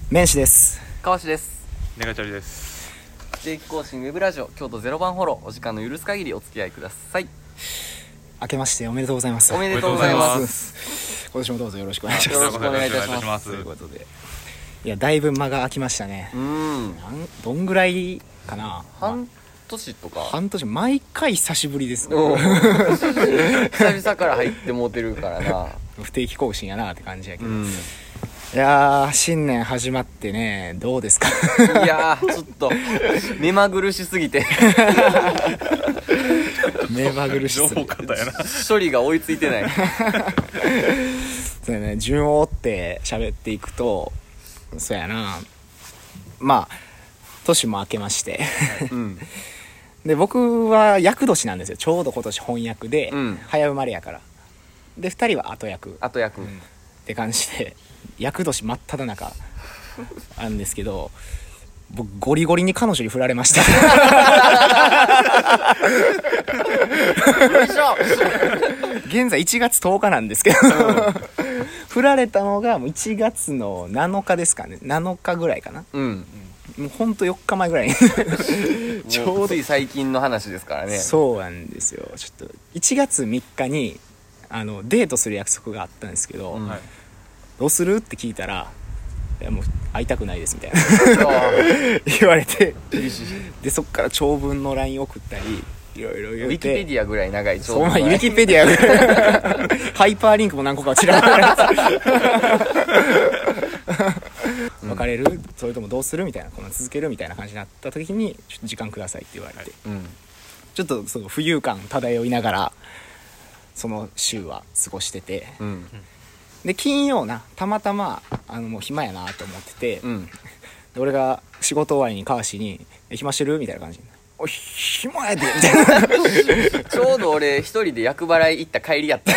メンシです。 川志です。 ネガチャリです。 定期更新ウェブラジオ京都ゼロ番フォロー、お時間の許す限りお付き合いください。 明けましておめでとうございます。 おめでとうございます。 今年もどうぞよろしくお願いします。 よろしくお願いいたします。 ということで、いやだいぶ間が空きましたね。どんぐらいかな。 半年とか。 半年、毎回久しぶりですね。 久々から入ってもうてるからな。 不定期更新やなって感じやけど。いやー、新年始まってね、どうですか。 いやー、ちょっと目まぐるしすぎて目まぐるしすぎて処理が追いついてないそうやね、順を追って喋っていくと、そうやな、まあ年も明けまして、で僕は厄年なんですよ。ちょうど今年翻訳で、早生まれやから。で2人は後役って感じで厄年真っ只中あるんですけど、僕ゴリゴリに彼女に振られました現在1月10日なんですけど振られたのがもう1月の7日ですかね。7日ぐらいかな。もうほんと4日前ぐらいにちょうどつい最近の話ですからね。 そうなんですよ。ちょっと1月3日にデートする約束があったんですけど、どうするって聞いたら、いやもう会いたくないですみたいな言われて、でそっから長文の LINE 送ったりいろいろ言って、 ウィキペディアぐらい長い長文、そう、ウィキペディアぐらいハイパーリンクも何個か散らばられて別れる、それともどうするみたいな、この続けるみたいな感じになった時に、ちょっと時間くださいって言われて、ちょっとその浮遊感漂いながらその週は過ごしてて、で金曜な、たまたまもう暇やなと思ってて、で俺が仕事終わりに川志に「暇してる?」みたいな感じで「おい暇やで」みたいなちょうど俺一人で厄払い行った帰りやった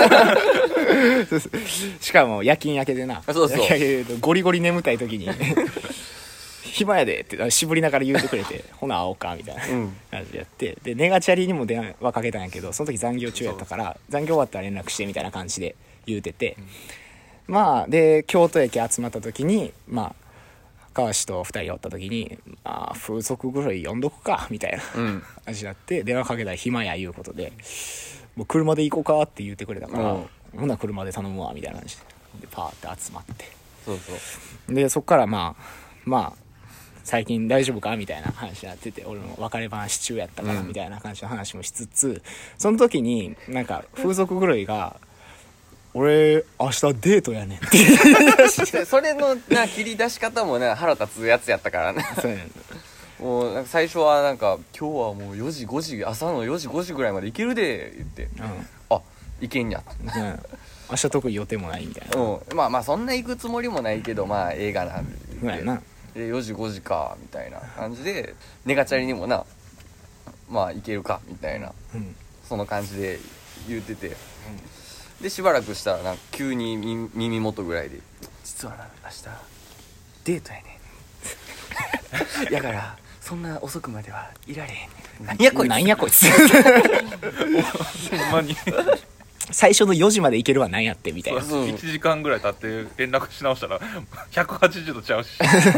しかも夜勤明けでな、 そうゴリゴリ眠たい時に暇やでって渋りながら言うてくれてほな会おうかみたいな感じでやって、でネガチャリにも電話かけたんやけど、その時残業中やったから残業終わったら連絡してみたいな感じで言うてて、まあで京都駅集まった時に、まあ川志と2人おった時に、風俗ぐらい呼んどくかみたいな感じになって、電話かけたら暇やいうことで、もう車で行こうかって言ってくれたから、ほな車で頼むわみたいな感じでパーって集まって、でそっからまあ最近大丈夫かみたいな話になってて、俺も別れ話中やったからみたいな感じの話もしつつ、その時になんか風俗狂いが俺明日デートやねんって言い出してそれのな切り出し方もな腹立つやつやったからね。 そうやねん。 もうなんか最初はなんか今日はもう4時5時朝の4時5時ぐらいまで行けるで言って、あ行けんや、 明日特に予定もないみたいな、まあそんな行くつもりもないけど、まあ映画なんでな 4時5時かみたいな感じで、ネガチャリにもなまあ行けるかみたいな、その感じで言うてて、でしばらくしたらなんか急に耳元ぐらいで実はな明日デートやねんやからそんな遅くまではいられへんねん。 何やこいつほんまに最初の4時まで行けるは何やってみたいな。 1時間ぐらい経って連絡し直したら180度ちゃうし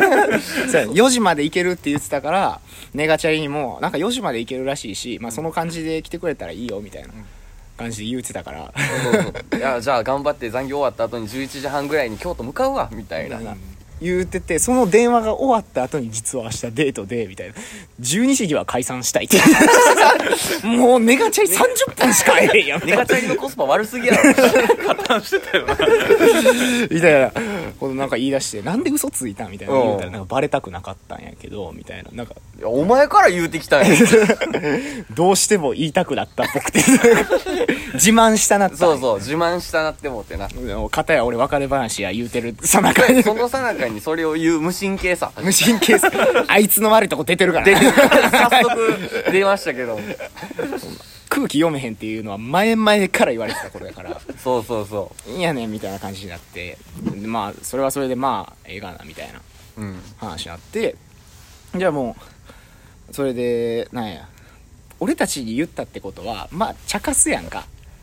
4時まで行けるって言ってたから、ネガチャリにもなんか4時まで行けるらしいし、まあ、その感じで来てくれたらいいよみたいな感じで言ってたからいやじゃあ頑張って残業終わった後に11時半ぐらいに京都向かうわみたいな言うてて、その電話が終わった後に実は明日デートでみたいな、12時には解散したいってもうネガチャリ30分しか会えへんやん。 ネガチャリのコスパ悪すぎやろ加担してたよなみたいなことなんか言い出して、なんで嘘ついたみたいな言うたら、なんかバレたくなかったんやけどみたいな、なんかいやお前から言うてきたんやどうしても言いたくなったっぽくて自慢したなった。 そう自慢したなって思ってな、 片や俺別れ話や言うてるさなかにそのさなかにそれを言う無神経さあいつの悪いとこ出てるから早速出ましたけど空気読めへんっていうのは前々から言われてたことだから、 そういいやねんみたいな感じになって、まあそれはそれでまあええがなみたいな話になって、じゃあもうそれでなんや俺たちに言ったってことはまあ茶化すやんか。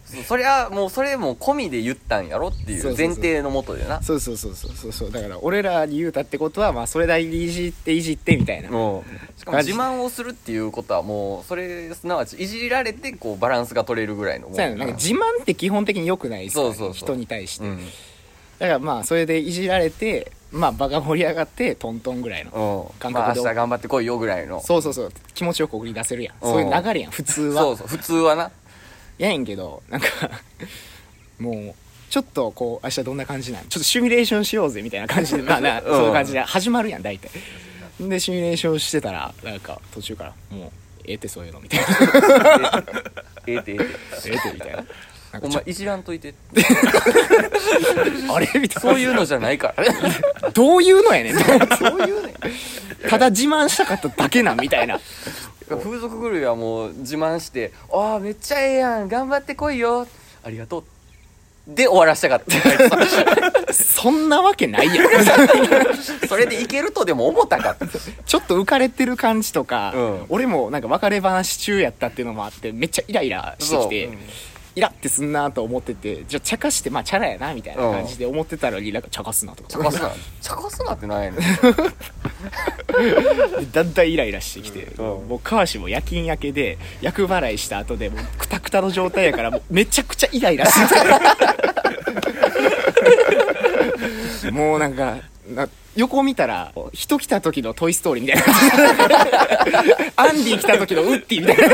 それはもうそれも込みで言ったんやろっていう前提のもとでな。 そうだから俺らに言うたってことはまあそれなりにいじってみたいな。 しかも自慢をするっていうことはもうそれすなわちいじられてこうバランスが取れるぐらいのもん。 そうやな。なんか自慢って基本的に良くないですからね、 そう人に対して、 うん、 だからまあそれでいじられてまあ場が盛り上がってトントンぐらいの感覚で、 まあ、明日頑張ってこいよぐらいの。 そう気持ちよく送り出せるやん。そういう流れやん普通は。 普通はなやねんけどなんかもうちょっとこう明日どんな感じなんちょっとシミュレーションしようぜみたいな感じでまあそういう感じで始まるやん大体。でシミュレーションしてたらなんか途中からもうってそういうのみたいなええってみたいな。 お前いじらんといてあれみたいな。 そういうのじゃないからねどういうのやねんそういうねただ自慢したかっただけなんみたいな。 風俗狂いはもう自慢して「ああめっちゃええやん頑張ってこいよありがとう」で終わらせたかったそんなわけないやんそれでいけるとでも思ったかちょっと浮かれてる感じとか、 うん、 俺もなんか別れ話中やったっていうのもあってめっちゃイライラしてきて、イラってすんなと思ってて、じゃあ茶化してまあチャラやなみたいな感じで思ってたのに、なんか茶化すなとか茶化すなってないのだんだんイライラしてきて、もう川氏も夜勤明けで厄払いした後でもうクタクタの状態やからもうめちゃくちゃイライラしててもうなんか横見たら人来た時のトイストーリーみたいなアンディ来た時のウッディみたいな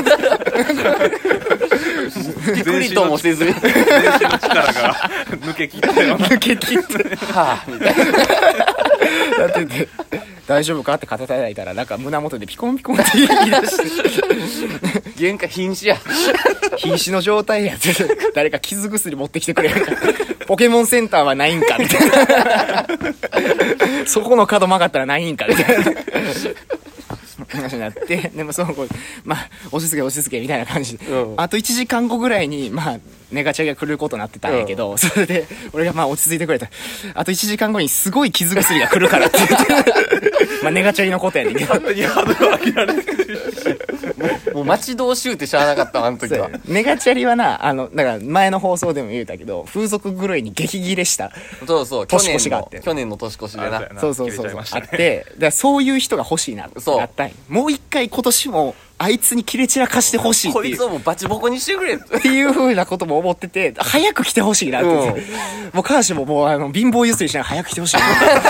ピクリともせずに全身の力が抜け切ってはぁみたいなやってて大丈夫かって肩叩いたらなんか胸元でピコンピコンって言い出して原価瀕死や瀕死の状態やって誰か傷薬持ってきてくれるかポケモンセンターはないんかみたいなそこの角曲がったらないんかみたいな話になって、でもその子まあ押し付けみたいな感じで、あと1時間後ぐらいにまあネガチャが来ることになってたんやけど、それで俺がまあ落ち着いてくれた、あと1時間後にすごい傷薬が来るからって言ってまあネガチャリのことやねんけど勝手にハードル上げられてもう待ち遠しゅうってしゃあなかったあの時は。 ネガチャリはなだから前の放送でも言うたけど風俗狂いに激切れしたそう年越しがあって去年の年越しでなそうあってだからそういう人が欲しいなってなったんや。もう一回今年もあいつに切れ散らかしてほしいっていうこいつをもうバチボコにしてくれっていう風なことも思ってて早く来てほしいなって、もう川氏ももう貧乏ゆすりしながら早く来てほしいな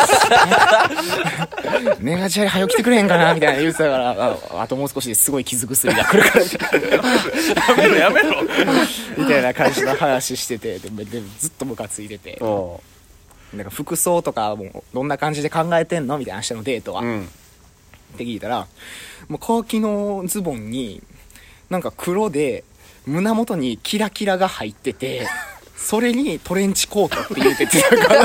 ネガチャリ早く来てくれへんかなみたいな言ってたからあともう少しですごい傷薬が来るからやめろみたいな感じの話しててでずっとムカついてて、なんか服装とかもどんな感じで考えてんのみたいな明日のデートは、って聞いたらもうカーキのズボンになんか黒で胸元にキラキラが入っててそれにトレンチコートって言ってて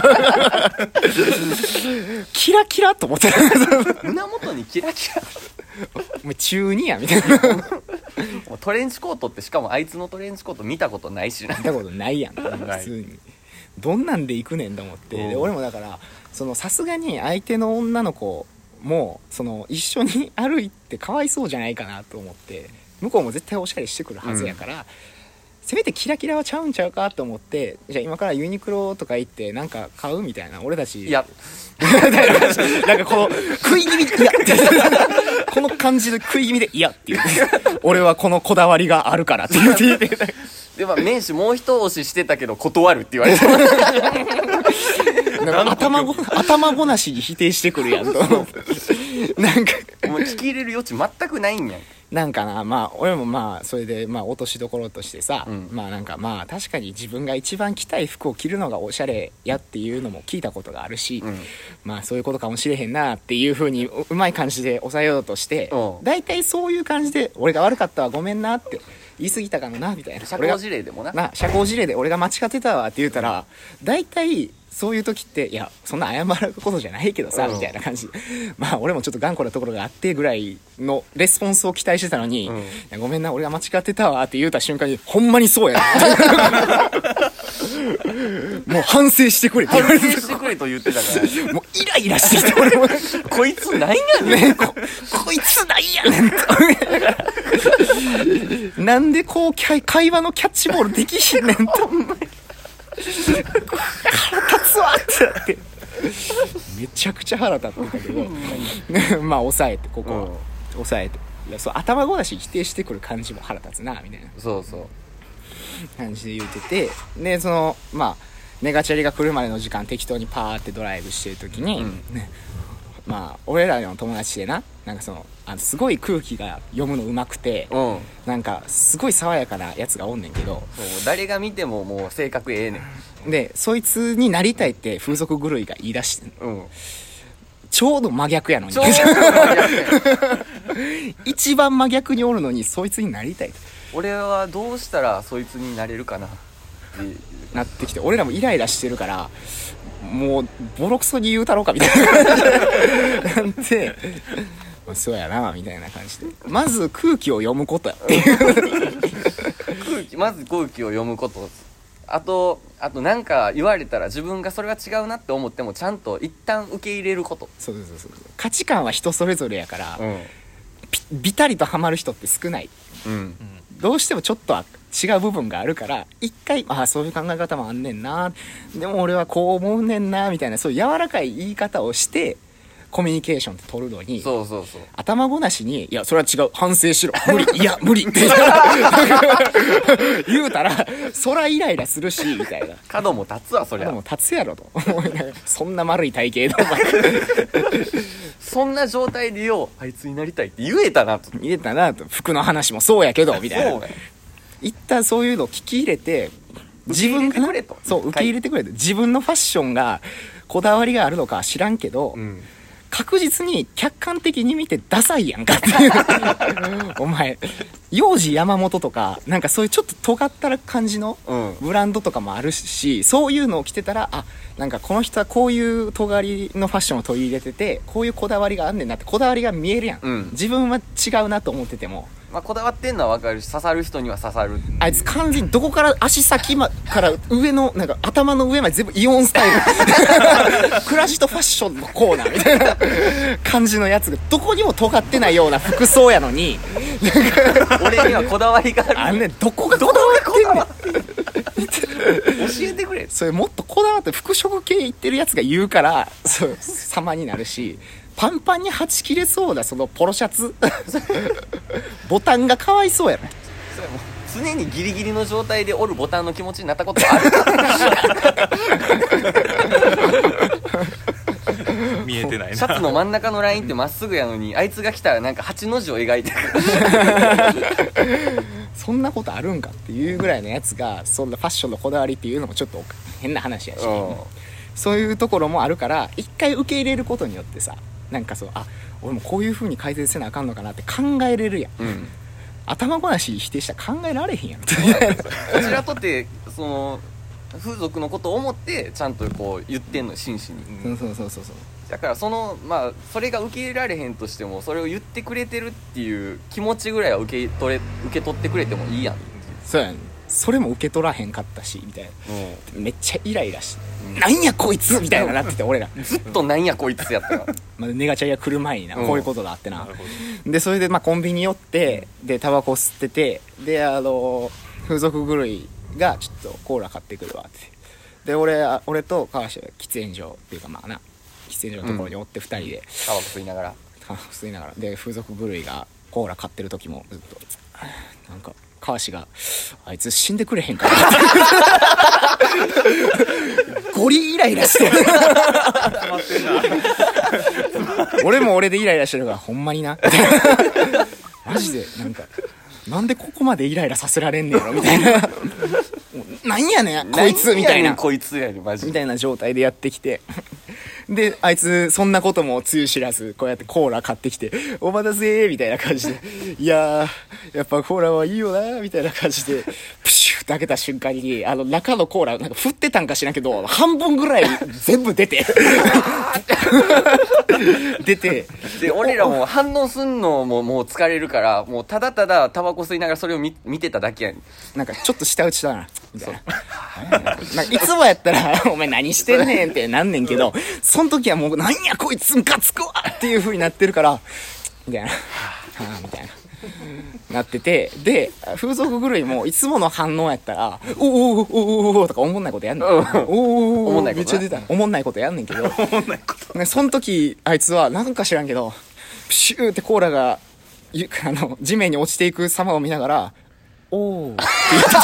キラキラと思って胸元にキラキラお前中2やみたいなトレンチコートってしかもあいつのトレンチコート見たことないしな。 見たことないやん普通にどんなんで行くねんと思って、で俺もだからさすがに相手の女の子も一緒に歩いてかわいそうじゃないかなと思って、向こうも絶対おしゃれしてくるはずやから、せめてキラキラはちゃうんちゃうかと思って、じゃあ今からユニクロとか行ってなんか買うみたいな、俺たちいやなんかこの食い気味でいやってこの感じで食い気味でいやっていう俺はこのこだわりがあるからって言ってでも名刺もう一押ししてたけど断るって言われてなんか頭ごなしに否定してくるやんとなんかもう聞き入れる余地全くないんやん。 なんかな、まあ俺もまあそれでまあ落としどころとしてさ、まあなんかまあ確かに自分が一番着たい服を着るのがおしゃれやっていうのも聞いたことがあるし、まあそういうことかもしれへんなっていう風にうまい感じで抑えようとして、だいたいそういう感じで俺が悪かったわごめんなって言い過ぎたかもなみたいな、 社交辞令でもな社交辞令で俺が間違ってたわって言うたら、だいたいそういう時っていやそんな謝ることじゃないけどさ、みたいな感じで、まあ俺もちょっと頑固なところがあってぐらいのレスポンスを期待してたのに、いやごめんな俺が間違ってたわって言うた瞬間にほんまにそうやなもう反省してくれって言わ反れて省してくれと言ってたからもうイライラしてきて俺もこいつなんやねんねこいつなんやねんと思いながらなんでこう会話のキャッチボールできひんねんと腹立つわってなってめちゃくちゃ腹立ってたけどまあ抑えてここは、抑えてそう頭ごなしに否定してくる感じも腹立つなみたいなそうそう感じで言っててでそのまあネガチャリが来るまでの時間適当にパーってドライブしてる時に、ね、まあ俺らの友達でなんかそのすごい空気が読むのうまくて、なんかすごい爽やかなやつがおんねんけどそう誰が見てももう性格ええねんでそいつになりたいって風俗狂いが言い出してんの、ちょうど真逆やのにちょうど真逆や一番真逆におるのにそいつになりたいと俺はどうしたらそいつになれるかなってなってきて俺らもイライラしてるからもうボロクソに言うたろうかみたいな感じでなんでそうやなみたいな感じでまず空気を読むことやっていうまず空気を読むことあとなんか言われたら自分がそれが違うなって思ってもちゃんと一旦受け入れることそう価値観は人それぞれやから、ビタリとハマる人って少ない、どうしてもちょっとは違う部分があるから一回そういう考え方もあんねんなでも俺はこう思うねんなみたいなそういう柔らかい言い方をしてコミュニケーションって取るのにそう頭ごなしにいやそれは違う反省しろ無理いや無理って言うたらそらイライラするしみたいな角も立つわそりゃ角も立つやろと思いながらそんな丸い体型でそんな状態でよあいつになりたいって言えたなと服の話もそうやけどみたいな一旦そういうのを聞き入れて自分が受け入れてくれと自分のファッションがこだわりがあるのか知らんけど、確実に客観的に見てダサいやんかっていうお前幼児山本とかなんかそういうちょっと尖った感じのブランドとかもあるし、そういうのを着てたらなんかこの人はこういう尖りのファッションを取り入れててこういうこだわりがあんねんなってこだわりが見えるやん、自分は違うなと思っててもこだわってんのは分かるし刺さる人には刺さるあいつ完全にどこから足先から上のなんか頭の上まで全部イオンスタイル暮らしとファッションのコーナーみたいな感じのやつがどこにも尖ってないような服装やのに俺にはこだわりがあるどこがこだわってんねん教えてくれそれもっとこだわって服飾系言ってるやつが言うからそう様になるしパンパンにはち切れそうなそのポロシャツボタンがかわいそうやねそれも常にギリギリの状態で折るボタンの気持ちになったことある見えてないなシャツの真ん中のラインってまっすぐやのにあいつが来たらなんか8の字を描いてるそんなことあるんかっていうぐらいのやつがそんなファッションのこだわりっていうのもちょっと変な話やし、そういうところもあるから一回受け入れることによってさなんかそう俺もこういう風に改善せなあかんのかなって考えれるやん、頭ごなし否定したら考えられへんやんこちらとってその風俗のことを思ってちゃんとこう言ってんの真摯に、 そうだからそれが受け入れられへんとしてもそれを言ってくれてるっていう気持ちぐらいは受け取ってくれてもいいやんそうやんそれも受け取らへんかったしみたいな、めっちゃイライラして、なんやこいつみたいななってて俺らずっとなんやこいつやったからネガチャリが来る前にこういうことがあってな、でそれでコンビニ寄ってでタバコ吸っててで風俗狂いがちょっとコーラ買ってくるわってで俺と川下喫煙所っていうか喫煙所のところにおって2人でタバコ吸いながらで風俗狂いがコーラ買ってる時もずっとなんか川下があいつ死んでくれへんからゴリイライラしてる俺も俺でイライラしてるからほんまになマジでなんでここまでイライラさせられんねやろみたいななんやねんこいつみたいなこいつやねマジみたいな状態でやってきてであいつそんなこともつゆ知らずこうやってコーラ買ってきてお待たせみたいな感じでいやーやっぱコーラはいいよなみたいな感じでプシュッと開けた瞬間に中のコーラなんか振ってたんか知らんけど半分ぐらい全部出てで俺らも反応すんのももう疲れるからもうただただタバコ吸いながらそれを見てただけやんなんかちょっと舌打ちだなみたいななんかいつもやったらお前何してんねんってなんねんけど、その時はもうなんやこいつムカつくわっていう風になってるからみたいなはぁみたいななってて、で風俗狂いもいつもの反応やったらおおおおおとかおもんないことやんねん、おおめっちゃ出たおもんないことやんねんけど、その時あいつはなんか知らんけどプシューってコーラが地面に落ちていく様を見ながらおーって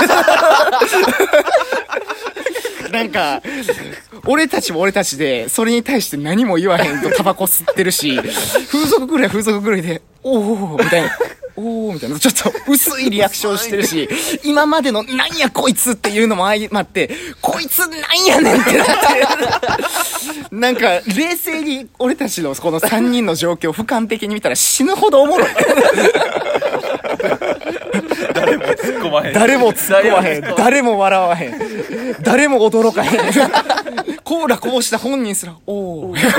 言ってなんか俺たちも俺たちでそれに対して何も言わへんとタバコ吸ってるし、風俗ぐらい風俗ぐらいでおーみたいなおーみたいなちょっと薄いリアクションしてるし、今までのなんやこいつっていうのも相まってこいつなんやねんってなってなんか冷静に俺たちのこの3人の状況を俯瞰的に見たら死ぬほどおもろい誰も突っ込まへん、 誰も突っ込まへん、誰も笑わへん、誰も驚かへんコーラこうした本人すらおー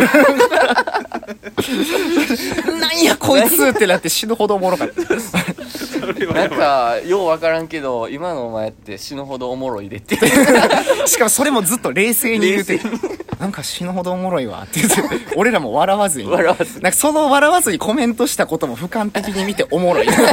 なんやこいつってなって死ぬほどおもろかったなんかようわからんけど今のお前って死ぬほどおもろいでってしかもそれもずっと冷静に言うてなんか死ぬほどおもろいわって言って俺らも笑わずになんかその笑わずにコメントしたことも俯瞰的に見ておもろいなんか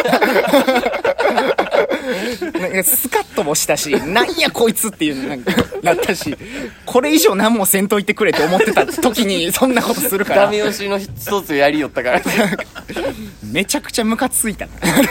スカッともしたしなんやこいつっていうなんかなったし、これ以上何もせんといてくれって思ってた時にそんなことするからダメ押しの一つやりよったからめちゃくちゃムカついた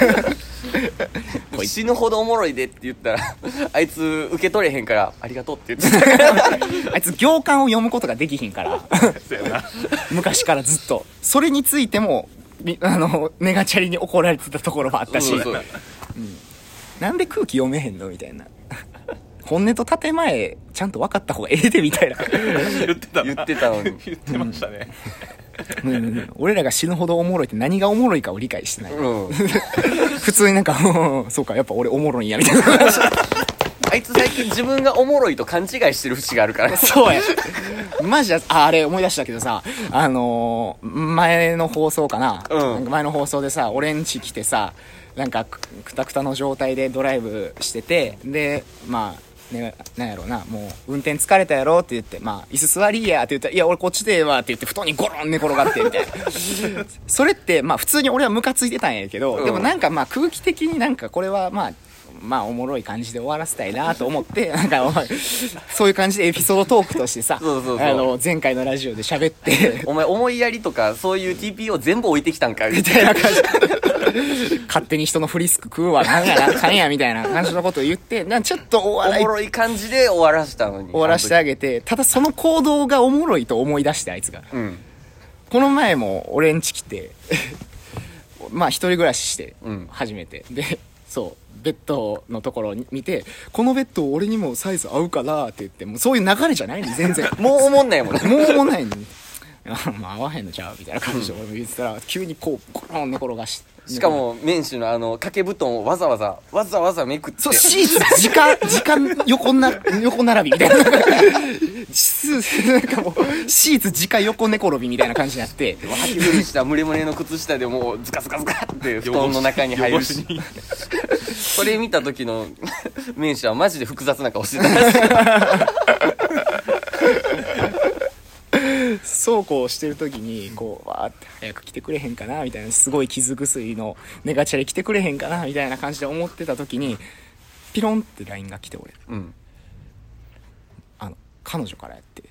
死ぬほどおもろいでって言ったらあいつ受け取れへんからありがとうって言ってたあいつ行間を読むことができひんから昔からずっとそれについてもネガチャリに怒られてたところもあったし、なんで空気読めへんのみたいな本音と建前ちゃんと分かった方がええでみたいな言ってたな、 言ってたのに言ってましたね、 俺らが死ぬほどおもろいって何がおもろいかを理解してない、普通になんかそうかやっぱ俺おもろいんやみたいなあいつ最近自分がおもろいと勘違いしてる節があるからそうやマジであれ思い出したけどさ前の放送かな、なんか前の放送でさ俺ん家来てさなんかくたくたの状態でドライブしてて、でまあね、なんやろうな、もう運転疲れたやろって言って、まあ椅子座りやって言ったら、いや俺こっちでええわって言って布団にゴロン寝転がってみたいなそれってまあ普通に俺はムカついてたんやけど、でもなんかまあ空気的になんかこれはまあおもろい感じで終わらせたいなと思ってなんかそういう感じでエピソードトークとしてさ前回のラジオで喋ってお前思いやりとかそういう TPO 全部置いてきたんかみたいな感じ勝手に人のフリスク食うわなんやなかんやみたいな感じのことを言ってちょっとおもろい感じで終わらせたのに終わらせてあげて、ただその行動がおもろいと思い出してあいつが、この前も俺ん家来てまあ一人暮らしして初めて、でそうベッドのところを見てこのベッド俺にもサイズ合うかなって言って、もうそういう流れじゃないの全然もう思んないもんねもう思んないのにまあ合わへんのちゃうみたいな感じで俺も言ってたら、急にこうコロン寝転がして、 しかもメンシの掛け布団をわざわざめくって、 そうシーツ時間横並びみたいななんかもうシーツ直横寝転びみたいな感じになって履き古したムレムレの靴下でもうズカズカズカって布団の中に入るしそれ見た時のメンシはマジで複雑な顔してたそうこうしてる時にこうわーって早く来てくれへんかなみたいな、すごい傷薬のネガチャリ来てくれへんかなみたいな感じで思ってた時にピロンって LINE が来て、俺、彼女からやって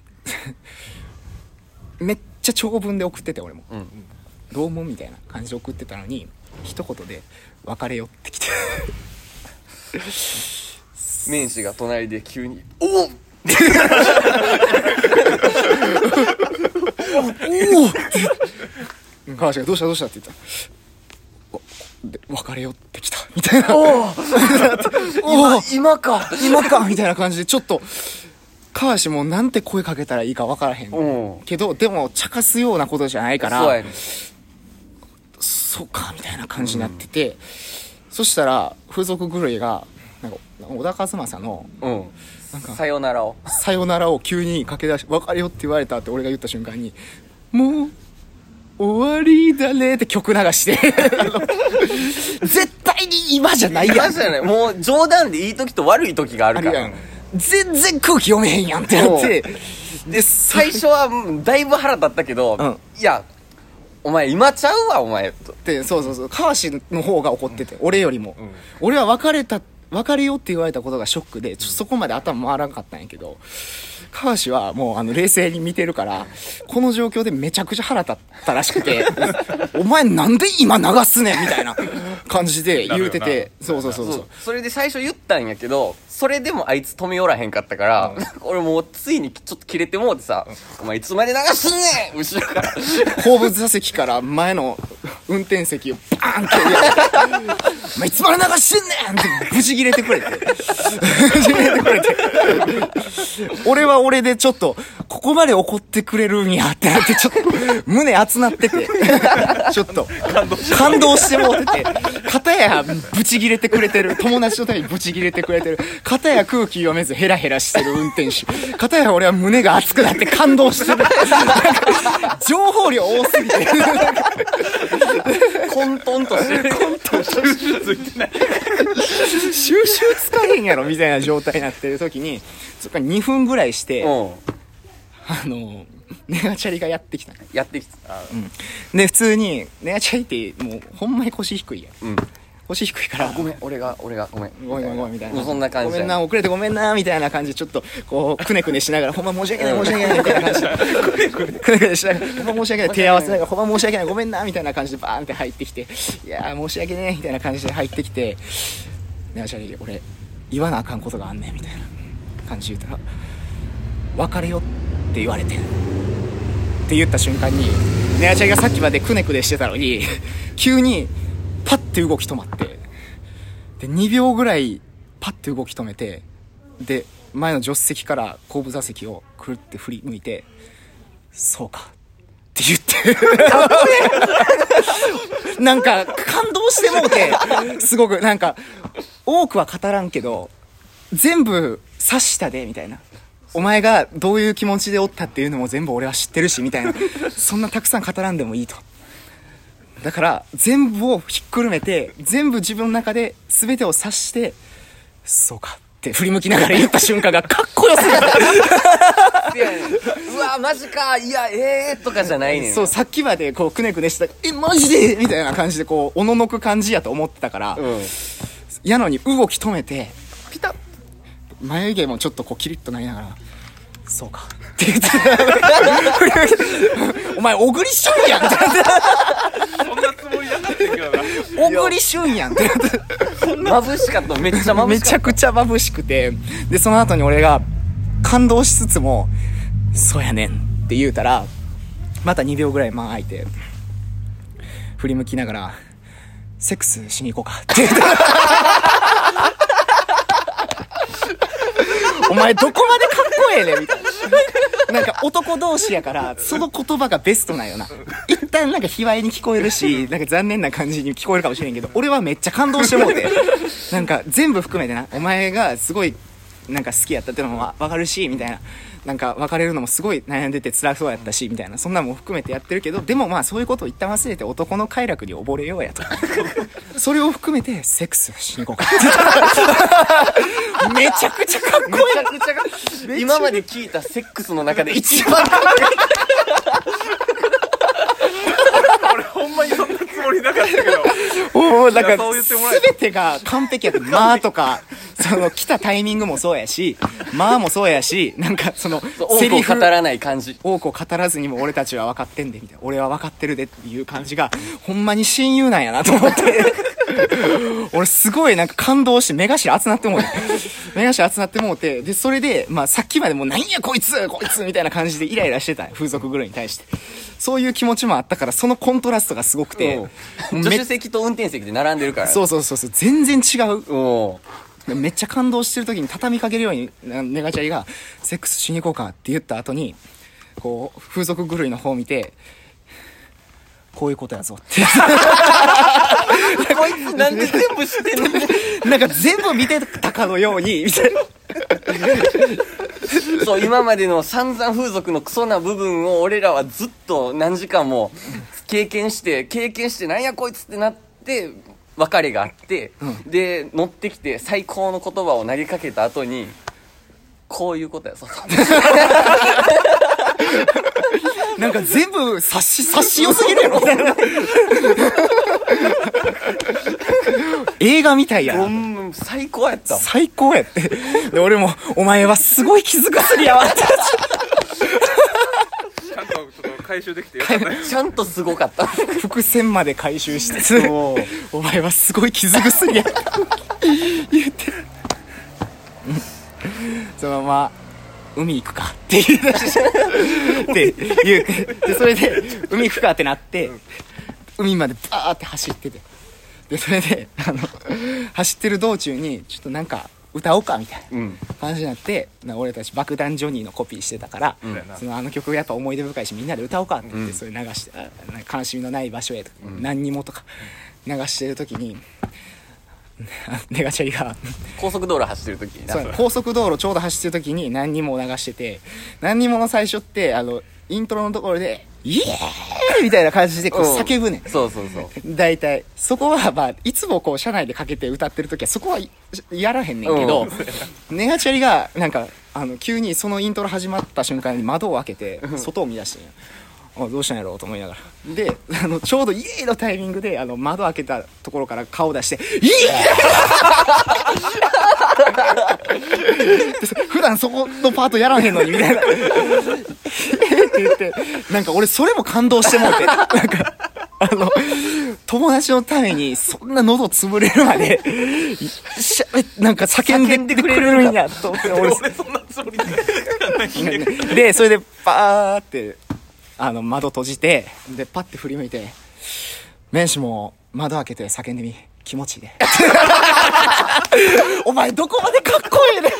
めっちゃ長文で送ってて、俺も、どうもみたいな感じで送ってたのに一言で別れよってきてメンシが隣で急におっおお川島がどうしたって言ったらで別れよってきたみたいな今かみたいな感じで、ちょっと川島もなんて声かけたらいいか分からへんけど、でも茶化すようなことじゃないからそうやね、 そうかみたいな感じになってて、そしたら風俗狂いがなんか小田和正のなんかさよならを急に駆け出し別れよって言われたって俺が言った瞬間にもう終わりだねって曲流して絶対に今じゃないやん、 もう冗談でいい時と悪い時があるから全然空気読めへんやんってなってで最初はだいぶ腹立ったけど、 うんいやお前今ちゃうわお前とでそう川氏の方が怒ってて、俺よりも、俺は別れよって言われたことがショックでそこまで頭回らなかったんやけど、川氏はもう冷静に見てるからこの状況でめちゃくちゃ腹立ったらしくてお前なんで今流すねんみたいな感じで言うてて、そうそれで最初言ったんやけど、それでもあいつ止めよらへんかったから、俺もうついにちょっとキレてもうてさ、お前いつまで流すんねん後ろから後部座席から前の運転席をバーンってやってお前いつまで流してんねんってブチ切れてくれて俺は俺でちょっとここまで怒ってくれるんやってなって、ちょっと胸熱なっててちょっと感動してもうてて、片やブチ切れてくれてる友達のためにブチ切れてくれてる、片や空気読めずヘラヘラしてる運転手、片や俺は胸が熱くなって感動してるなんか情報量多すぎて混沌としてる収集ついてない収集つかへんやろみたいな状態になってる時に、そっから2分ぐらいしてネガチャリがやってきた。 やってきた、 で普通にネガチャリってもうほんまに腰低いやん、腰低いからごめん俺がごめんごめんみたいな、 もうそんな感じごめんな遅れてごめんなみたいな感じでちょっとこうくねくねしながらほんま申し訳ないみたいな感じでくねくねしながらほんま申し訳ない手合わせながらほんま申し訳ないごめんなみたいな感じでバーンって入ってきて、いやー申し訳ねえみたいな感じで入ってきて、ネガチャリ俺言わなあかんことがあんねんみたいな感じで言ったら別れよって言われてって言った瞬間に、ネガチャリがさっきまでくねくねしてたのに急にパッて動き止まって、で2秒ぐらいパッて動き止めて、で前の助手席から後部座席をくるって振り向いて、そうかって言ってなんか感動してもうて、すごくなんか多くは語らんけど全部察したでみたいな、お前がどういう気持ちでおったっていうのも全部俺は知ってるしみたいな、そんなたくさん語らんでもいいと、だから全部をひっくるめて全部自分の中で全てを察して、そうかって振り向きながら言った瞬間がかっこよすぎたうわマジか、いやとかじゃないねん。 そうさっきまでこうくねくねしてたマジでみたいな感じでこうおののく感じやと思ってたから、やのに動き止めてピタッ眉毛もちょっとこうキリッとなりながら、そうかって言ってお前小栗旬やんってそんなつもりなかったけどな小栗旬やんって眩しかった、めっちゃ眩しかった、 めちゃくちゃ眩しくて、でその後に俺が感動しつつもそうやねんって言うたら、また2秒ぐらい間空いて振り向きながらセックスしに行こうかって言ってお前どこまでかっこええねんみたいな、なんか男同士やからその言葉がベストなんよな。一旦なんか卑猥に聞こえるし、なんか残念な感じに聞こえるかもしれんけど、俺はめっちゃ感動してもうて、なんか全部含めてな、お前がすごいなんか好きやったっていうのも分かるしみたいな、なんか別れるのもすごい悩んでて辛そうやったしみたいな、そんなのも含めてやってるけど、でもまあそういうことを一旦忘れて男の快楽に溺れようやとそれを含めてセックスしに行こうかってめちゃくちゃかっこいい、 めちゃくちゃかっこいい今まで聞いたセックスの中で一番俺ほんまにそんなつもりなかったけどなんかそう言ってもらえた全てが完璧やった。まあとかその来たタイミングもそうやし、まあもそうやし、なんかそのセリフを語らない感じ、 多くを語らずにも俺たちは分かってんでみたいな、俺は分かってるでっていう感じがほんまに親友なんやなと思って俺すごいなんか感動して目頭熱なってもうて目頭熱なってもうて、でそれでまあさっきまでもう何やこいつみたいな感じでイライラしてた風俗狂いに対して、そういう気持ちもあったから、そのコントラストがすごくて、 助手席と運転席で並んでるから、 そう全然違う。めっちゃ感動してる時に畳みかけるようにネガチャリがセックスしに行こうかって言った後にこう風俗狂いの方を見て、こういうことやぞってこいつなんで全部知ってんのなんか全部見てたかのようにみたいなそう今までの散々風俗のクソな部分を俺らはずっと何時間も経験してなんやこいつってなって別れがあって、で乗ってきて最高の言葉を投げかけた後にこういうことやそうなんか全部察し良すぎるやろ映画みたいやな。 最高やった最高やって。で俺もお前はすごい傷薬やわってちゃんとちょっと回収できてよかったねちゃんとすごかった伏線まで回収してお前はすごい傷薬や言ってそのまま海行くかって言い出してって言うでそれで海行くかってなって海までバーって走っててでそれで走ってる道中にちょっとなんか歌おうかみたいな感じになって、俺たち爆弾ジョニーのコピーしてたから、その曲やっぱ思い出深いしみんなで歌おうかって言って、それ流して悲しみのない場所へとか、何にもとか流してる時にネガチャリが高速道路走ってる時にな高速道路ちょうど走ってる時に何にも流してて、何にもの最初ってイントロのところでイエーイみたいな感じでこう叫ぶねん。 そう大体そこはまあいつもこう車内でかけて歌ってる時はそこはやらへんねんけど、ネガチャリがなんか急にそのイントロ始まった瞬間に窓を開けて外を見出してんや。どうしたんやろうと思いながらでちょうどイエーイのタイミングで窓開けたところから顔出してイエーイ普段そこのパートやらへんのにみたいなって言ってなんか俺それも感動してもうてなんか友達のためにそんな喉潰れるまでなんか叫んでくれるんやと思って俺そんなつもりででそれでバーって窓閉じてでパッて振り向いてメンシも窓開けて叫んでみ気持ちいいでお前どこまでかっこいいね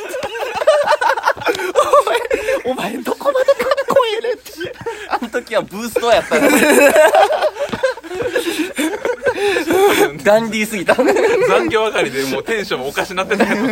お前どこまでかっこいいねってあの時はブーストやったねダンディーすぎた残業上がりでもうテンションもおかしなってたよ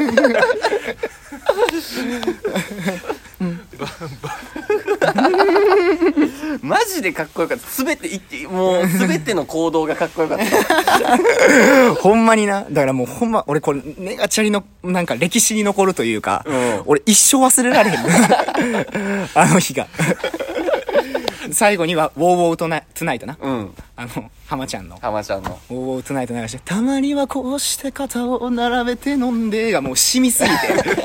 マジでかっこよかった全ての行動がかっこよかったほんまになだからもうほんま俺これネガチャリのなんか歴史に残るというか、俺一生忘れられへんあの日が最後にはウォーウォートゥナイトな、浜ちゃんのウォーウォートゥナイト流してたまにはこうして肩を並べて飲んでがもう染みすぎて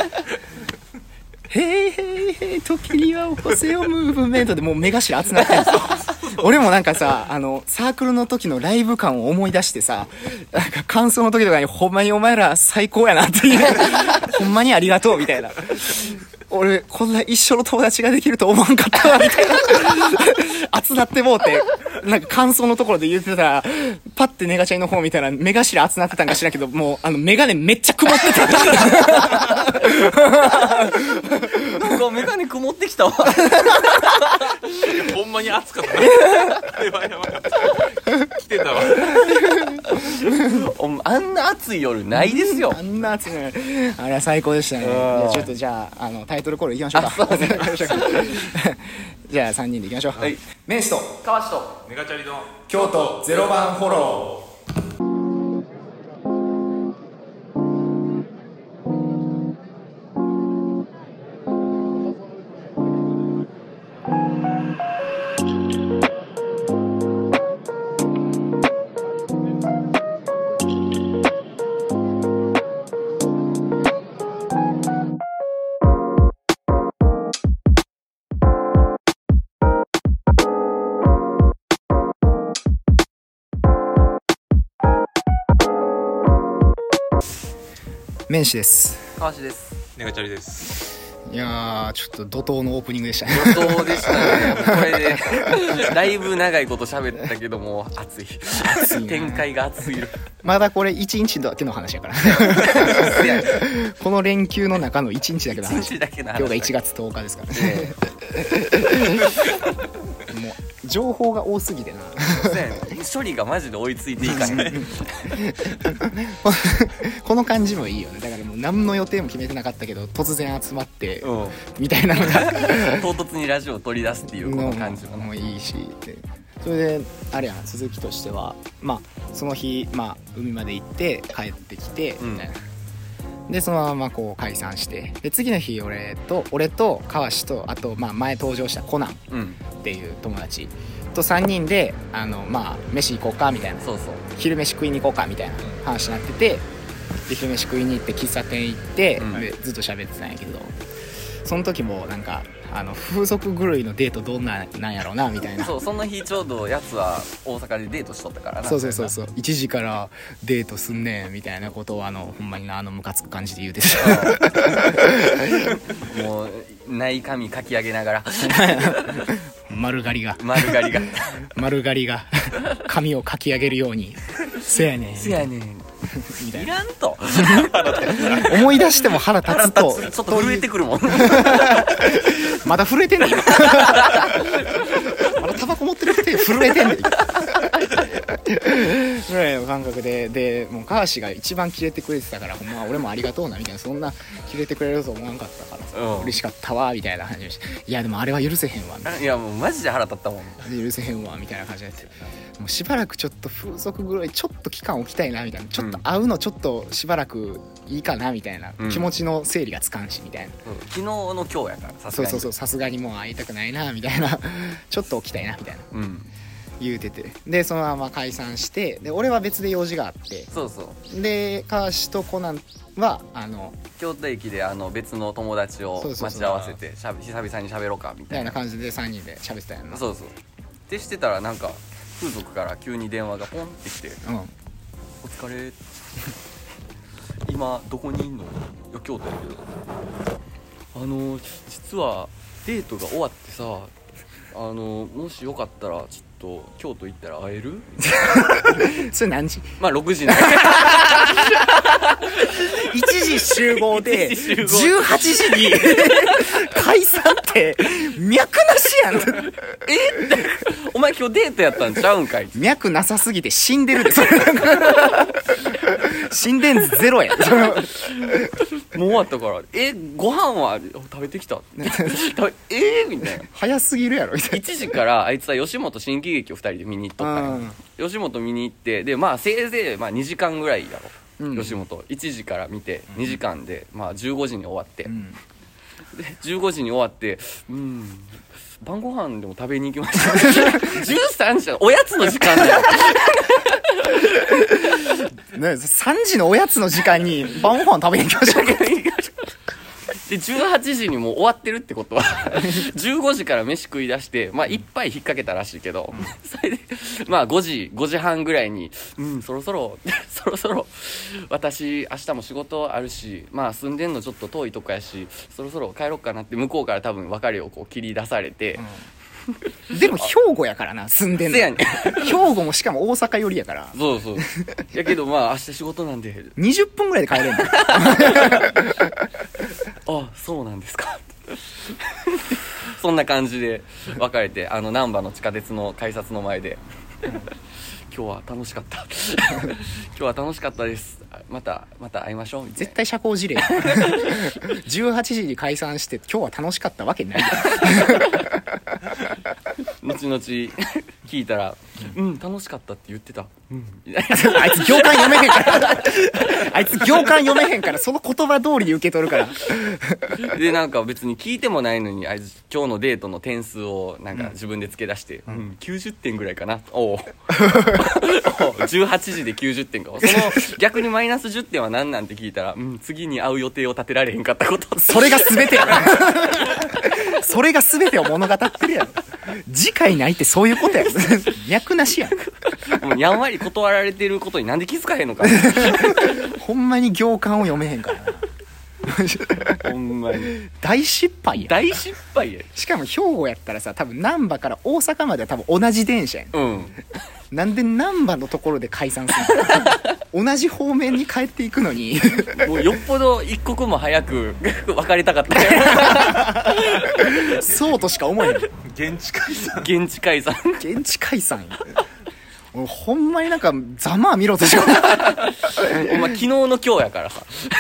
へいへいへい時には起こせよムーブメントでもう目頭熱なってるんですよ俺もなんかさサークルの時のライブ感を思い出してさなんか感想の時とかにほんまにお前ら最高やなっていうほんまにありがとうみたいな俺こんな一緒の友達ができると思わんかったわみたいな熱なってもうてなんか感想のところで言ってたらパッてネガチャリの方見たら目頭熱なってたんか知らんけどもうメガネめっちゃ曇ってたなんかメガネ曇ってきたわほんまに暑かったあれはやばかった来てたわあんな暑い夜ないですよあんな暑いねあれは最高でしたね。じゃあタイトルコールいきましょうかじゃあ3人でいきましょう、 はい、 メンシと川内とネガチャリの京都0番フォロー。メンシです。 川内ですネガチャリです。 いやーちょっと怒涛のオープニングでしたね。 怒涛でしたねこれでだいぶ長いこと喋ったけども熱い展開が熱いまだこれ1日だけの話やからこの連休の中の1日だけの話。今日が1月10日ですからねもう情報が多すぎてな処理がマジで追いついていかないこの感じもいいよね。だからもう何の予定も決めてなかったけど突然集まってみたいなのが唐突にラジオを取り出すっていうこの感じもいいしでそれであれやな続きとしてはまあその日、まあ、海まで行って帰ってきてみたいな、 でそのままこう解散して、で次の日俺と川志とあとまあ前登場したコナンっていう友達と3人でまあ飯行こうかみたいな、 そうそう昼飯食いに行こうかみたいな話になってて、で昼飯食いに行って喫茶店行って、でずっと喋ってたんやけど、その時もなんか風俗狂いのデートどんなんやろうなみたいな。 そう、その日ちょうどやつは大阪でデートしとったからな。 そう1時からデートすんねんみたいなことをほんまにムカつく感じで言うてたもうない髪かき上げながら丸刈りが髪をかき上げるようにせやねんみたいな。 いらんと思い出しても腹立つとちょっと震えてくるもんまだ震えてんねんまだタバコ持ってる手震えてんねんぐらいの感覚でもう川志が一番キレてくれてたから、ほんま俺もありがとうなみたいな、そんなキレてくれると思わんかったからさ、嬉しかったわみたいな感じで、いやでもあれは許せへんわみたいな、 いやもうマジで腹立ったもん、 許せへんわみたいな感じで、もうしばらくちょっと風俗ぐらいちょっと期間置きたいなみたいな、ちょっと会うのちょっとしばらくいいかなみたいな、気持ちの整理がつかんしみたいな、 昨日の今日やからさすがにそうさすがにもう会いたくないなみたいなちょっと起きたいなみたいな、言うてて、でそのまま解散して、で俺は別で用事があって、 そうで川志とコナンは京都駅で別の友達を待ち合わせて久々に喋ろうかみたいな感じで3人で喋ってたやんな。 そうってしてたらなんか風俗から急に電話がポンってきて「お疲れ今どこにいんの？いや京都やけど実はデートが終わってさもしよかったらちょっと京都行ったら会える？ それ何時？ まあ6時ね 1時集合で18時に解散って脈なしやんお前今日デートやったんちゃうんかい？ 脈なさすぎて死んでるでそれ心電図ゼロやんもう終わったからご飯は食べてきたみたいな早すぎるやろみたいな。 1時からあいつは吉本新喜劇を2人で見に行っとったんよ。吉本見に行って、でまあせいぜい2時間ぐらいやろ、吉本1時から見て2時間でまあ15時に終わって、で15時に終わって晩ご飯でも食べに行きました13時おやつの時間だよ 3時のおやつの時間に晩ご飯食べに行きましたで18時にもう終わってるってことは15時から飯食い出してまあ一杯引っ掛けたらしいけど、それでまあ5時半ぐらいにそろそろ私明日も仕事あるし、まあ住んでんのちょっと遠いとこやしそろそろ帰ろっかなって向こうから多分別れをこう切り出されて、 でも兵庫やからな住んでんの。 せやねん兵庫もしかも大阪寄りやから。 そうやけどまあ明日仕事なんで 20分ぐらいで帰れんのあ、そうなんですかそんな感じで別れて難波の地下鉄の改札の前で今日は楽しかった今日は楽しかったです、また会いましょうみたいな。 絶対社交辞令18時に解散して今日は楽しかったわけない後々聞いたら楽しかったって言ってたあいつ行間読めへんからあいつ行間読めへんからその言葉通りに受け取るからでなんか別に聞いてもないのにあいつ今日のデートの点数をなんか自分で付け出して90点ぐらいかなおう18時で90点か。その逆にマイナス10点は何なんて聞いたら次に会う予定を立てられへんかったことそれが全てやなそれが全てを物語ってるやん。次回ないってそういうことやん脈なしやん。 もうやんわり断られてることになんで気づかへんのかほんまに行間を読めへんからなほんまに大失敗や。 大失敗や。 しかも兵庫やったらさ多分難波から大阪までは多分同じ電車やん、なんで難波のところで解散するの同じ方面に帰っていくのにもうよっぽど一刻も早く別れたかったそうとしか思えへん。 現地解散現地解散や俺ほんまになんかざまあ見ろとしかお前昨日の今日やからさ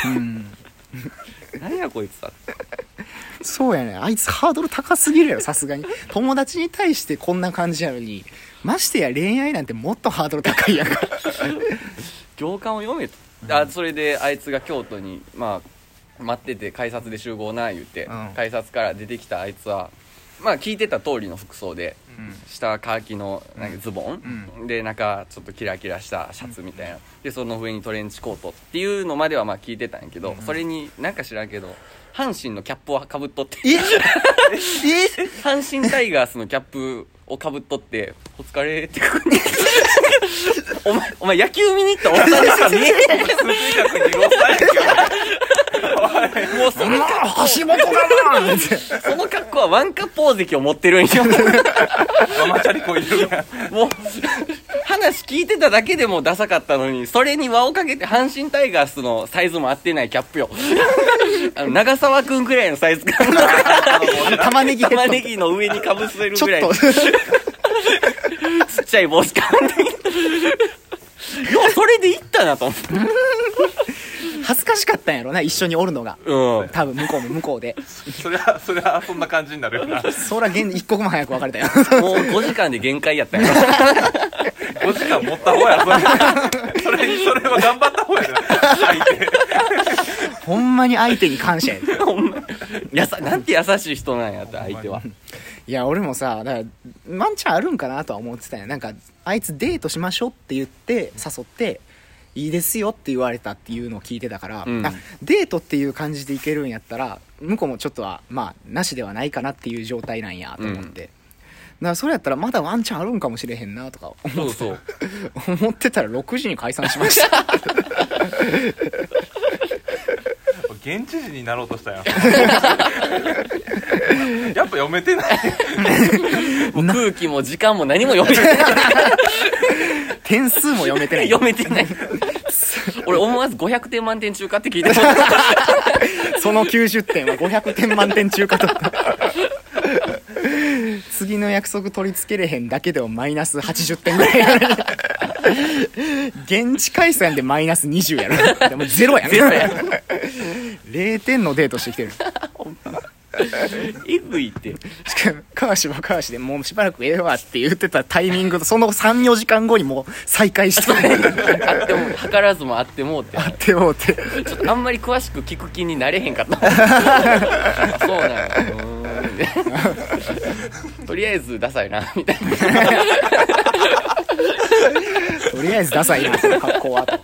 何やこいつさそうやね、あいつハードル高すぎるやろさすがに。友達に対してこんな感じなのにましてや恋愛なんてもっとハードル高いやんか行間を読めとそれであいつが京都にまあ待ってて改札で集合な言って、改札から出てきたあいつはまあ聞いてた通りの服装で、下はカーキのなんかズボン、で中ちょっとキラキラしたシャツみたいな、でその上にトレンチコートっていうのまではまあ聞いてたんやけど、それになんか知らんけど阪神のキャップをかぶっとって阪神タイガースのキャップをかぶっとってお疲れってここにお前野球見に行ったおっさんでしか見えへんもうその橋本だなその格好はワンカップ大関を持ってるんよママチャリこいるやん。 もう話聞いてただけでもダサかったのに、それに輪をかけて阪神タイガースのサイズも合ってないキャップよ長澤くんくらいのサイズ感玉ねぎの上にかぶせるぐらいちょっとちっちゃい帽子かぶってようそれでいったなと思って恥ずかしかったんやろな、一緒におるのが。 うん多分向こうも向こうでそりゃそんな感じになるよな。 そら一刻も早く別れたよもう5時間で限界やったんや 5時間持った方やそれは頑張った方やな相手。 ほんまに相手に感謝やでほんまなんて優しい人なんやって相手は。 いや俺もさ、だからワンチャンあるんかなとは思ってたんや。なんかあいつデートしましょうって言って誘っていいですよって言われたっていうのを聞いてたから、あデートっていう感じでいけるんやったら向こうもちょっとはまあなしではないかなっていう状態なんやと思って、だからそれやったらまだワンチャンあるんかもしれへんなとかそう思ってたら6時に解散しました現地人になろうとしたやんやっぱ読めてないもう空気も時間も何も読めてない点数も読めてない読めてない俺思わず500点満点中かって聞いてもその90点は500点満点中かと次の約束取り付けれへんだけでもマイナス80点ぐらいやる現地解散でマイナス20やろでもゼロやん0点のデートしてきてるえぐいってしかも川島川島でもうしばらくええわって言ってたタイミングとその 3,4 時間後にもう再開してあっても図らずもあってもうてあってもうてちょっとあんまり詳しく聞く気になれへんかったそうなんやとりあえずダサいなみたいなとりあえずダサいなその格好はと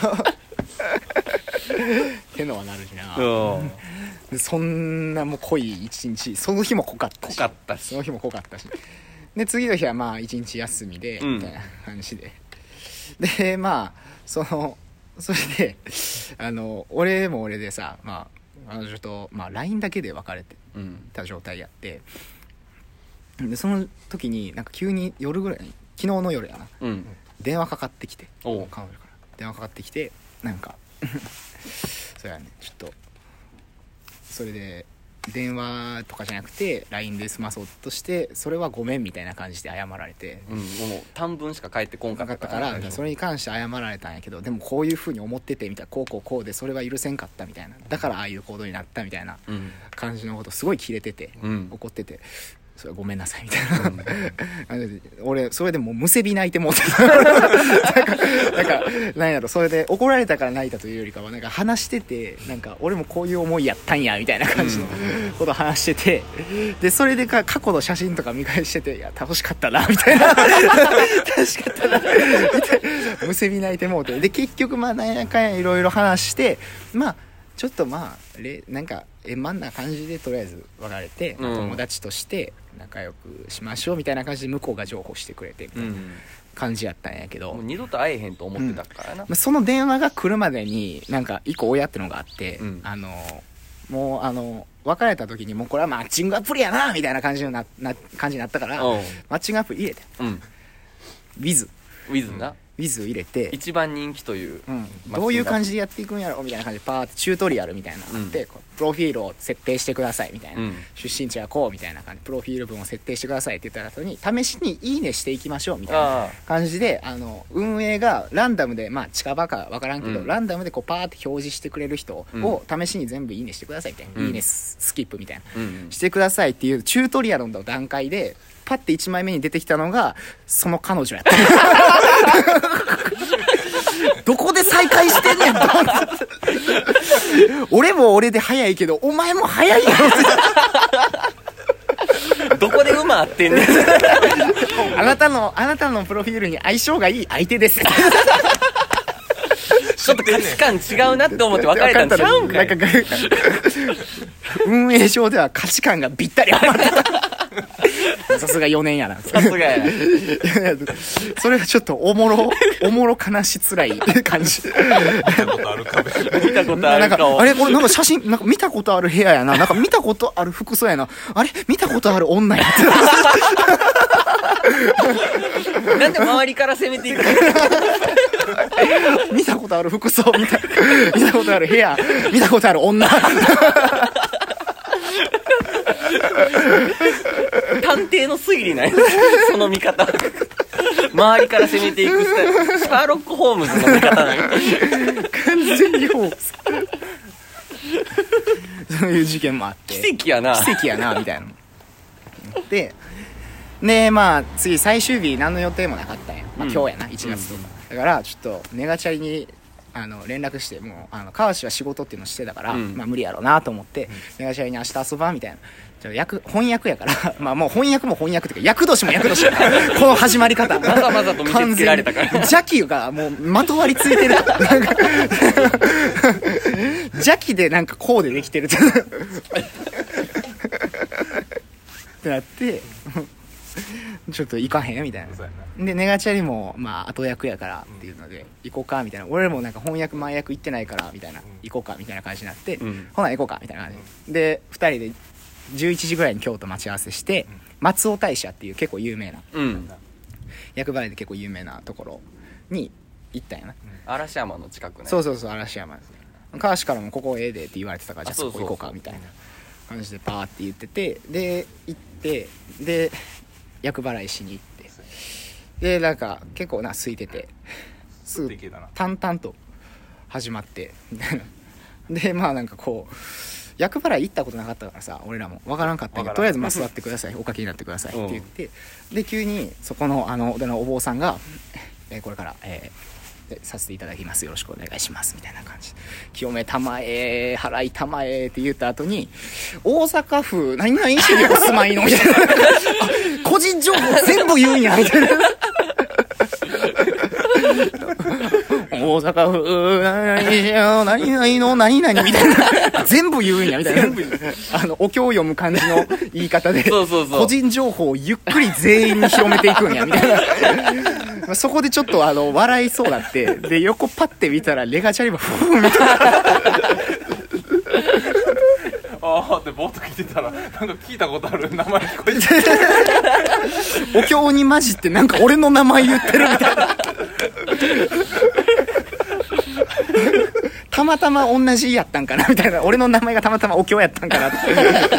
ってのはなるしな、でそんなもう濃い一日、その日も濃かったしその日も濃かったしで次の日はまあ一日休みで、みたいな感じででまあそれで俺も俺でさ、まあ彼女と、まあ、LINE だけで別れてた状態やって、でその時になんか急に夜ぐらいに昨日の夜やな、電話かかってきて彼女から電話かかってきてなんかそうやねちょっとそれで電話とかじゃなくて LINE で済まそうとしてそれはごめんみたいな感じで謝られて、 もう短文しか返ってこんかったからそれに関して謝られたんやけどでもこういう風に思っててみたいなこうでそれは許せんかったみたいなだからああいう行動になったみたいな感じのことすごいキレてて、怒っててそれはごめんなさいみたいな、俺それでもうむせび泣いてもうてなんか何やろそれで怒られたから泣いたというよりかはなんか話しててなんか俺もこういう思いやったんやみたいな感じのことを話してて、でそれで過去の写真とか見返してていや楽しかったなみたいな楽しかったなみたいなむせび泣いてもうて、で結局まあ何やかんやいろいろ話してまあちょっとまあなんか円満な感じでとりあえず別れて、友達として仲良くしましょうみたいな感じで向こうが譲歩してくれてみたいな感じやったんやけど、 もう二度と会えへんと思ってたからな、 その電話が来るまでになんか一個親ってのがあって、もう別れた時にもうこれはマッチングアプリやなみたいな感じになったから、マッチングアプリ入れて、Wiz な Wiz 入れて一番人気という、 どういう感じでやっていくんやろみたいな感じでパーってチュートリアルみたいなのがあって、プロフィールを設定してくださいみたいな、出身地はこうみたいな感じプロフィール文を設定してくださいって言った後に試しにいいねしていきましょうみたいな感じで運営がランダムでまあ近場か分からんけど、ランダムでこうパーって表示してくれる人を試しに全部いいねしてくださいみたいな、いいねスキップみたいな、してくださいっていうチュートリアルの段階でパッて1枚目に出てきたのがその彼女やったどこで再会してんねんと思って俺も俺で早いけどお前も早いやろどこで馬合ってんねんあなたのプロフィールに相性がいい相手ですちょっと価値観違うなって思って別れたんちゃうんかい。 なんか運営上では価値観がぴったりはまってたさすが4年やなさすがやなそれがちょっとおもろ悲しつらい感じ見たことある壁見たことある顔あれこれなんか写真なんか見たことある部屋やななんか見たことある服装やなあれ見たことある女やってなんで周りから攻めていく見たことある服装見たことある部屋見たことある女探偵の推理ないその見方周りから攻めていくスタイルシャーロック・ホームズの見方なの完全にホームズそういう事件もあって奇跡やな奇跡やなみたいなでまあ次最終日何の予定もなかったんや、まあ、今日やな1月とか、だからちょっとネガチャリに連絡してもう川氏は仕事っていうのしてたから、まあ無理やろうなと思って、ネガチャリに明日遊ばんみたいな翻訳やからまあもう翻訳も翻訳っていうか役年も役年やからこの始まり方まざまざと見せつけられたから邪気がもうまとわりついてるなんか邪気でなんかこうでできてるってなってちょっと行かへんみたいなでネガチャリもまあ後役やからっていうので行こうかみたいな俺もなんか翻訳前役行ってないからみたいな行こうかみたいな感じになって、ほな行こうかみたいな感じで2人で11時ぐらいに京都待ち合わせして松尾大社っていう結構有名な、厄払いで結構有名なところに行ったんやな、 嵐山の近くねそう嵐山ですね川氏からもここええでって言われてたからじゃあそこ行こうかみたいな感じでパーって言っててで行ってで厄払いしに行ってでなんか結構空いててすぐ淡々と始まってでまあなんかこう厄払い行ったことなかったからさ俺らも分からんかったけどとりあえずまあ座ってくださいおかけになってくださいって言ってで急にそこのお坊さんがこれからさせていただきますよろしくお願いしますみたいな感じ清めたまえ払いたまえって言った後に大阪府何々市にお住まいのみたいな個人情報全部言うんやみたいな大阪府何々の何々みたいな全部言うんやみたいなお経を読む感じの言い方で個人情報をゆっくり全員に広めていくんやみたいなそこでちょっと笑いそうだってで横パッて見たらレガチャリバフーみたいなああでボート来てたらなんか聞いたことある名前聞こえてお経に混じってなんか俺の名前言ってるみたいなたまたま同じやったんかなみたいな俺の名前がたまたまお経やったんかなって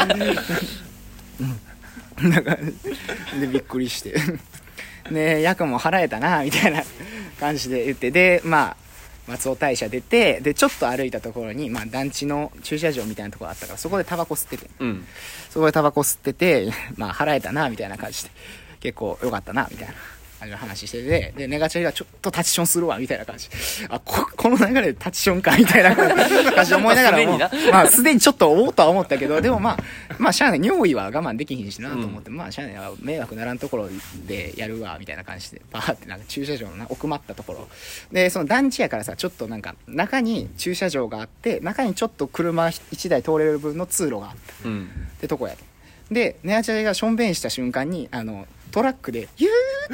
なんかでびっくりしてね役も払えたなみたいな感じで言ってでまあ松尾大社出てでちょっと歩いたところに、まあ、団地の駐車場みたいなところあったからそこでタバコ吸ってて、そこでタバコ吸っててまあ払えたなみたいな感じで結構良かったなみたいな話しててでネガチャリがちょっとタッチションするわみたいな感じこの流れでタッチションかみたいな感じで思いながらもまあすでにちょっとおうとは思ったけどでもまあしゃあない尿意は我慢できひんしなと思って、まあしゃあない迷惑ならんところでやるわみたいな感じでバーってなんか駐車場の奥まったところでその団地やからさちょっとなんか中に駐車場があって中にちょっと車1台通れる分の通路があった、ってとこやでネガチャリがしょんべんした瞬間にトラックで「ゆーき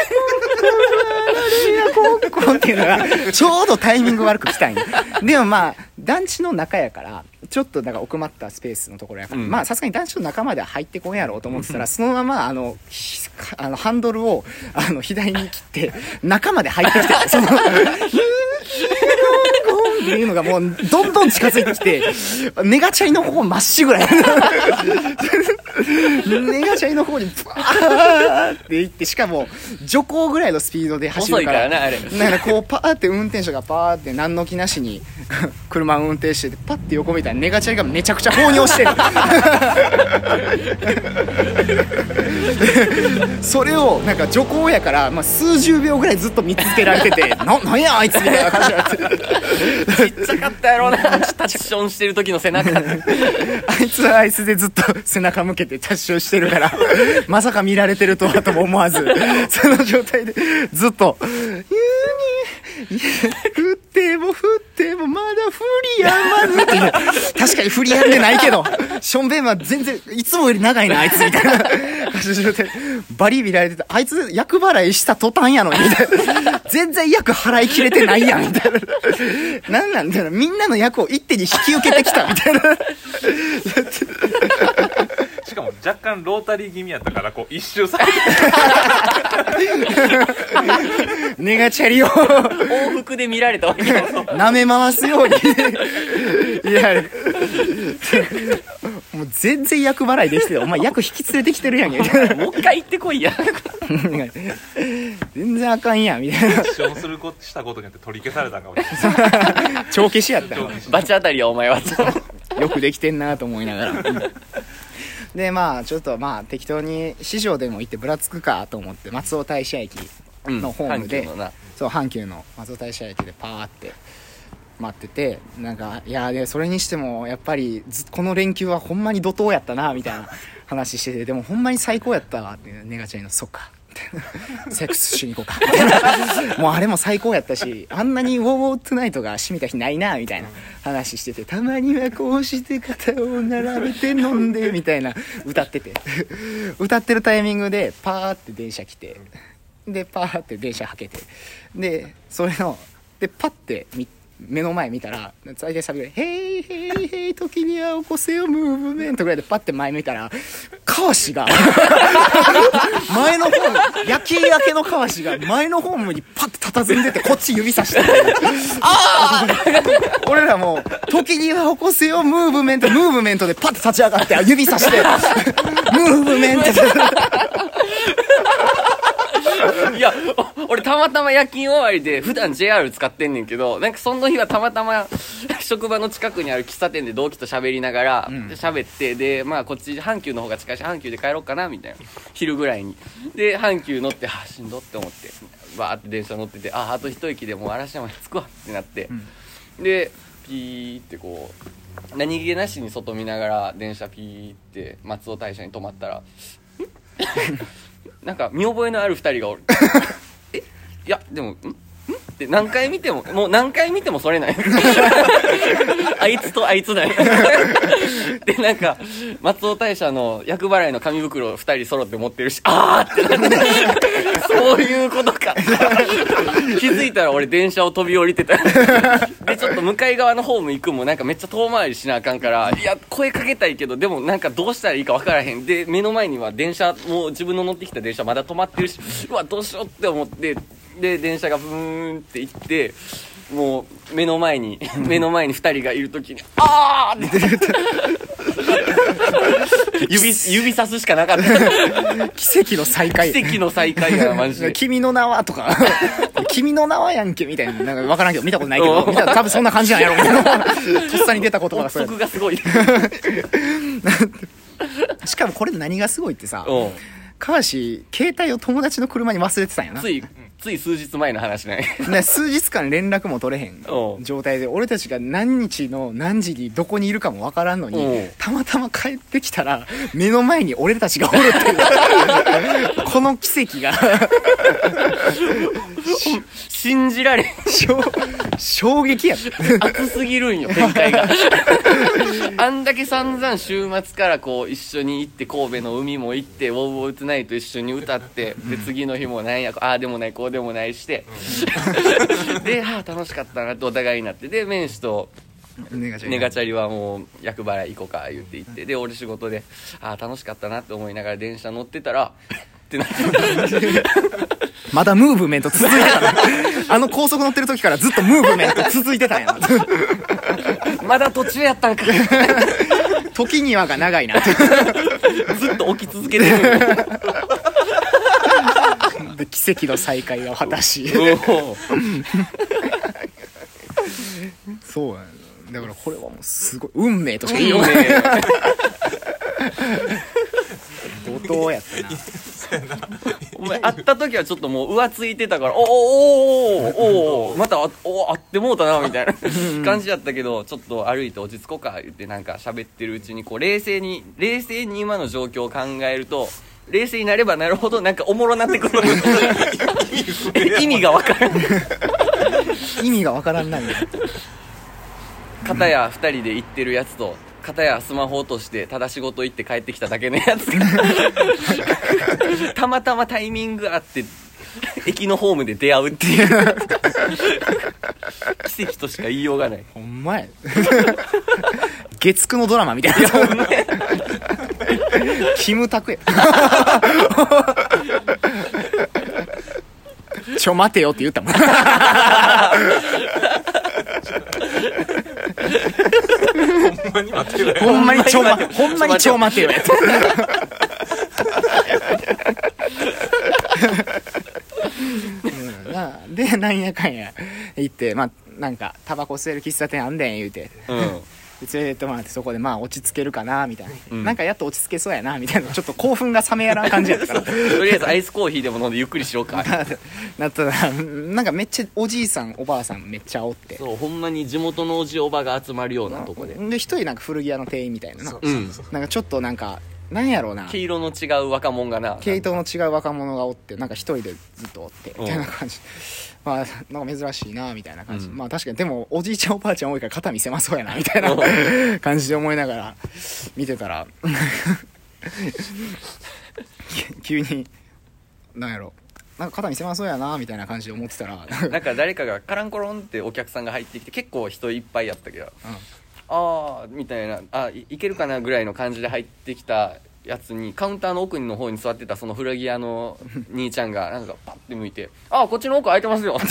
やこんこん」っていうのがちょうどタイミング悪く来たんやでもまあ団地の中やからちょっとなんか奥まったスペースのところやから、まあさすがに団地の中までは入ってこんやろうと思ってたらそのままハンドルを左に切って中まで入ってきてその「ゆーきやこんこん」っていうのがもうどんどん近づいてきてネガチャリの方まっしぐらいネガチャリの方にブワーって行ってしかも徐行ぐらいのスピードで走るから遅いからねあれだからこうパーって運転手がパーって何の気なしに車運転しててパッて横見たらネガチャリがめちゃくちゃ放尿してるそれをなんか徐行やから、数十秒ぐらいずっと見続けられててなんやあいつみたいな感じになってちっちゃかったやろうなタッションしてる時の背中あいつはあいつでずっと背中向けてタッションしてるからまさか見られてるとはとも思わずその状態でずっと振っても振ってもまだ振りやまぬって確かに振りやんでないけどションベンは全然いつもより長いなあいつみたいな状態バリ見られててあいつ厄払いした途端やのにみたいな全然厄払いきれてないやんみたいななんだよみんなの役を一手に引き受けてきたみたいなしかも若干ロータリー気味やったからこう一周されてネガチャリを往復で見られたわけよ舐め回すようにいやもう全然厄払いできてるお前役引き連れてきてるやんけもう一回行ってこいや全然あかんやんみたいな一緒にしたことによって取り消されたんかもしれない帳消しやったよバチ当たりやお前はよくできてんなと思いながらでちょっと適当に市場でも行ってぶらつくかと思って松尾大社駅のホームで、阪急の松尾大社駅でパーって待っててなんかいやでそれにしてもやっぱりこの連休はほんまに怒涛やったなみたいな話しててでもほんまに最高やったわってネガチャリのそっかセックスしに行こうかもうあれも最高やったしあんなにウォーウォートゥナイトが染みた日ないなみたいな話しててたまにはこうして肩を並べて飲んでみたいな歌ってて歌ってるタイミングでパーって電車来てでパーって電車はけてでそれのでパッて目の前見たら大体サビぐらいヘイヘイヘイ時には起こせよムーブメントぐらいでパッて前見たら川氏が前のホーム夜景明けの川氏が前のホームにパッて佇んでてこっち指さしてああ俺らも時には起こせよムーブメントでパッて立ち上がって指さしてムーブメントいや俺たまたま夜勤終わりで普段 JR 使ってんねんけどなんかその日はたまたま職場の近くにある喫茶店で同期と喋りながら喋ってでこっち阪急の方が近いし阪急で帰ろうかなみたいな昼ぐらいにで阪急乗ってしんどって思ってバーって電車乗っててあと一駅でもう嵐山に着くわってなって、でピーってこう何気なしに外見ながら電車ピーって松尾大社に止まったらなんか見覚えのある2人がおるいやでもって何回見てもそれないあいつとあいつだよでなんか松尾大社の厄払いの紙袋を2人揃って持ってるしあーってなってそういうことか気づいたら俺電車を飛び降りてたでちょっと向かい側のホーム行くもなんかめっちゃ遠回りしなあかんからいや声かけたいけどでもなんかどうしたらいいか分からへんで目の前には電車もう自分の乗ってきた電車まだ止まってるしうわどうしようって思ってで電車がブーンって行ってもう目の前に2人がいるときにあーって指さすしかなかった奇跡の再会がマジで君の名はとか君の名はやんけみたいななんか分からんけど見たことないけど多分そんな感じなんやろみたいなとっさに出た言葉が音速がすごいしかもこれ何がすごいってさ川氏携帯を友達の車に忘れてたんやなつい数日前の話ね数日間連絡も取れへん状態で俺たちが何日の何時にどこにいるかもわからんのにたまたま帰ってきたら目の前に俺たちがおるっていうこの奇跡が信じられん衝撃や熱すぎるんよ展開があんだけ散々週末からこう一緒に行って神戸の海も行ってウォーウォートゥナイト一緒に歌ってで次の日もなんやああでもないこうでもないしてで楽しかったなってお互いになってでメンシとネガチャリはもう厄払い行こうか言って行ってで俺仕事で楽しかったなって思いながら電車乗ってたらってなってまだムーブメント続いてたなあの高速乗ってる時からずっとムーブメント続いてたんやまだ途中やったんか時にはが長いなずっと起き続けてるで奇跡の再会を果たしそうやね。だからこれはもうすごい運命としか言いようがない。怒涛やったな。 お前会った時はちょっともう浮ついてたからおまた会ってもうたなみたいな感じだったけど、ちょっと歩いて落ち着こうか言ってなんか喋ってるうちにこう冷静に今の状況を考えると、冷静になればなるほどなんかおもろなってくる意味がわからん意味がわからんないんだよ。 片や2人で行ってるやつと片やスマホ落としてただ仕事行って帰ってきただけのやつがたまたまタイミングあって駅のホームで出会うっていう奇跡としか言いようがない。 ほんまや。月9のドラマみたいな。キムタクや。ちょ待てよって言ったもん。 ほんまに待ってない。 ほんまにちょ待てよやつ。でなんやかんや行って、まあなんかタバコ吸える喫茶店あんでん言うて、連れてってもらって、そこでまあ落ち着けるかなみたいな、なんかやっと落ち着けそうやなみたいな、ちょっと興奮が冷めやらん感じやったからとりあえずアイスコーヒーでも飲んでゆっくりしようかなったら、なんかめっちゃおじいさんおばあさんめっちゃおって、 そうほんまに地元のおじおばが集まるようなとこで、 一人なんか古着屋の店員みたいなな、 そうなんかちょっとなんかなんやろうな、 毛色の違う若者がな、 系統の違う若者がおって、なんか一人でずっとおってみたいな感じ、まあなんか珍しいなみたいな感じ、まあ確かにでもおじいちゃんおばあちゃん多いから肩見せまそうやなみたいな感じで思いながら見てたら急になんやろ、なんか肩見せまそうやなみたいな感じで思ってたらなんか誰かがカランコロンってお客さんが入ってきて、結構人いっぱいやったけど、あーみたいな、いけるかなぐらいの感じで入ってきたやつに、カウンターの奥の方に座ってたその古着屋の兄ちゃんがなんかパッて向いて、こっちの奥空いてますよ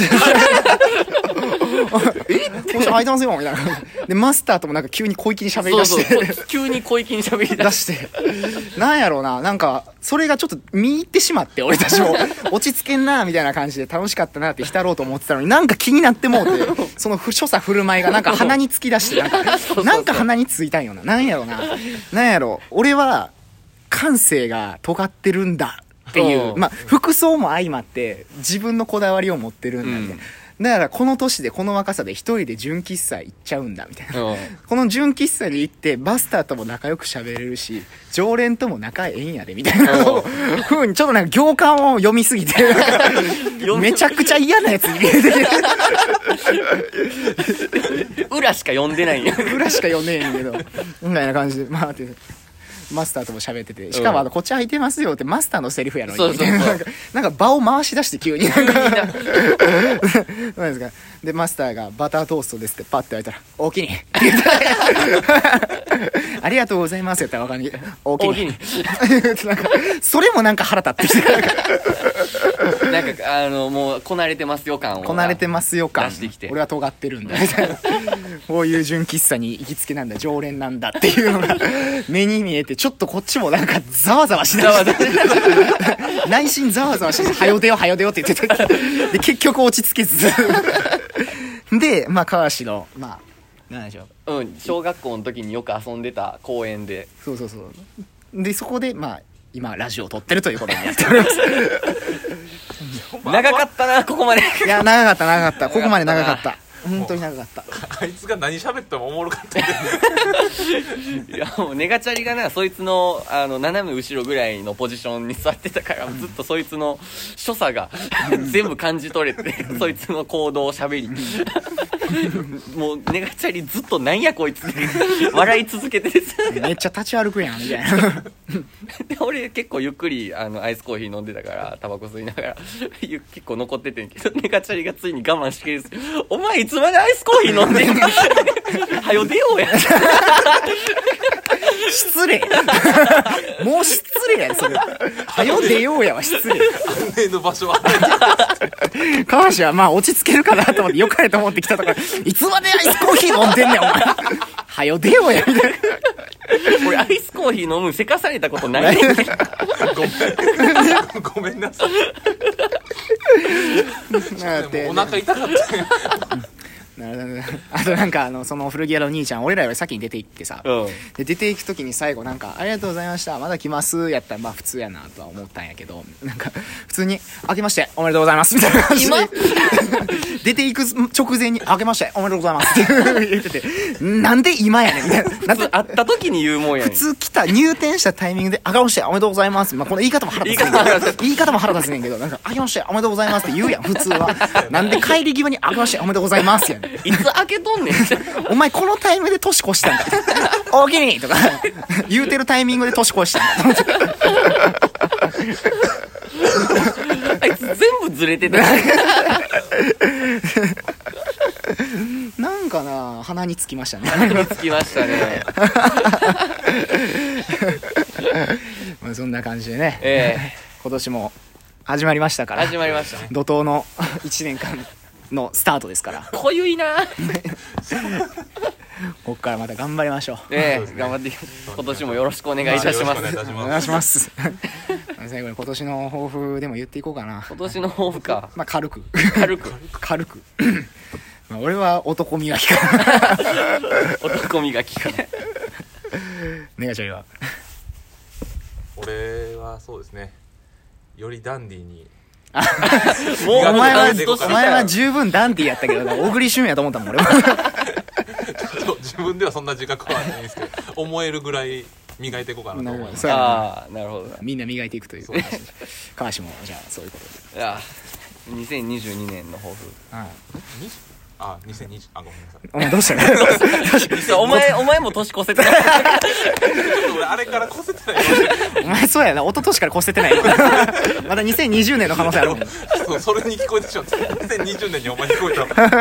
こっち空いてますよみたいなでマスターともなんか急に小粋に喋り出してそう急に小粋に喋り出してなんやろうな、なんかそれがちょっと見入ってしまって、俺たちも落ち着けんなみたいな感じで楽しかったなって浸ろうと思ってたのに、なんか気になってもうて、その所作振る舞いがなんか鼻につき出して、なんか鼻についたんよな。なんやろうな、なんやろう、俺は感性が尖ってるんだっていう、まあ服装も相まって自分のこだわりを持ってるんだみたいな、だからこの年でこの若さで一人で純喫茶行っちゃうんだみたいな、この純喫茶に行ってバスターとも仲良く喋れるし常連とも仲ええんやでみたいな風にちょっとなんか行間を読みすぎてめちゃくちゃ嫌なやつに見えて裏しか読んでないんや裏しか読んでへんけどみたいな感じでまあってマスターとも喋ってて、しかもこっち空いてますよってマスターのセリフやのに、 そうなんか場を回し出して急になんか何ですか、でマスターがバタートーストですってパッて言われたらおおきにって言ったありがとうございますやったら分かんないけどおおきになんかそれもなんか腹立ってきてなんかもうこなれてますよ感をこなれてますよ感出してきて、 俺は尖ってるんだみたいなこういう純喫茶に行きつけなんだ、常連なんだっていうのが目に見えて、ちょっとこっちもなんかざわざわしながら内心ざわざわしてはよ出よはよ出よって言っててで結局落ち着けずでまあ川橋のまあ何でしょう、 小学校の時によく遊んでた公園で、 そうでそこでまあ今ラジオを撮ってるということにやっております長かったなここまで。 いや長かったここまで長かった、本当に長かった。 あいつが何喋ってもおもろかったいやもうネガチャリがな、そいつの斜め後ろぐらいのポジションに座ってたから、ずっとそいつの所作が全部感じ取れてそいつの行動喋りもうネガチャリずっとなんやこいつ笑い続けてですめっちゃ立ち歩くやんみたいなで俺結構ゆっくりアイスコーヒー飲んでたからタバコ吸いながら結構残っててんけど、ネガチャリがついに我慢しきれず、お前いつまでアイスコーヒー飲んでんのはよ出ようや失礼もう失礼やそれ、はよ出ようやは失礼。 安寧の場所は川橋はまあ落ち着けるかなと思ってよかれと思って来たところ、いつまでアイスコーヒー飲んでんねんお前はよ出ようやみたいな。 俺アイスコーヒー飲むせかされたことないねんごめんなさいなんてお腹痛かったよなるほどね。あとなんかその古着屋の兄ちゃん俺らより先に出て行ってさ、で出て行く時に最後なんかありがとうございましたまだ来ますやったらまあ普通やなとは思ったんやけど、なんか普通に明けましておめでとうございますみたいな感じで出て行く直前に明けましておめでとうございますって言ってて、なんで今やねんみたいな。 普通会った時に言うもんやねん。 普通来た入店したタイミングで明けましておめでとうございます、まあこの言い方も腹立つねんけど言い方も腹立つねんけど、なんか明けましておめでとうございますって言うやん普通は。なんで帰り際に明けましておめでとうございますやねん。 いつ開けとんねん。 お前このタイミングで年越したんだおおきにとか言うてるタイミングで年越したんだあいつ全部ずれてた。 なんかな鼻につきましたね。 鼻につきましたね。 まあそんな感じでね、今年も始まりましたから。 始まりましたね。 怒涛の1年間のスタートですから。 濃ゆいな。 ここからまた頑張りましょう。 頑張っていきます。今年もよろしくお願いいたします。 お願いします。最後に今年の抱負でも言っていこうかな。 今年の抱負か。 まあ軽く。まあ俺は男磨きかな。 男磨きかな。 ネガチャリは。 俺はそうですね、よりダンディーにもうお前は十分ダンディーやったけどな、小栗旬やと思ったもん俺は。 自分ではそんな自覚はないんですけど、思えるぐらい磨いていこうかなと思います。 ああ、なるほど。 みんな磨いていくという川島もじゃあそういうことで。 いや2022年の抱負。 2020ごめんなさい。 お前どうしたの？お前も年越せてない。 俺あれから越せてない。 お前そうやな、一昨年から越せてない。まだ2020年の可能性あるもん。 そう、それに聞こえてしまった。2020年にお前聞こえた。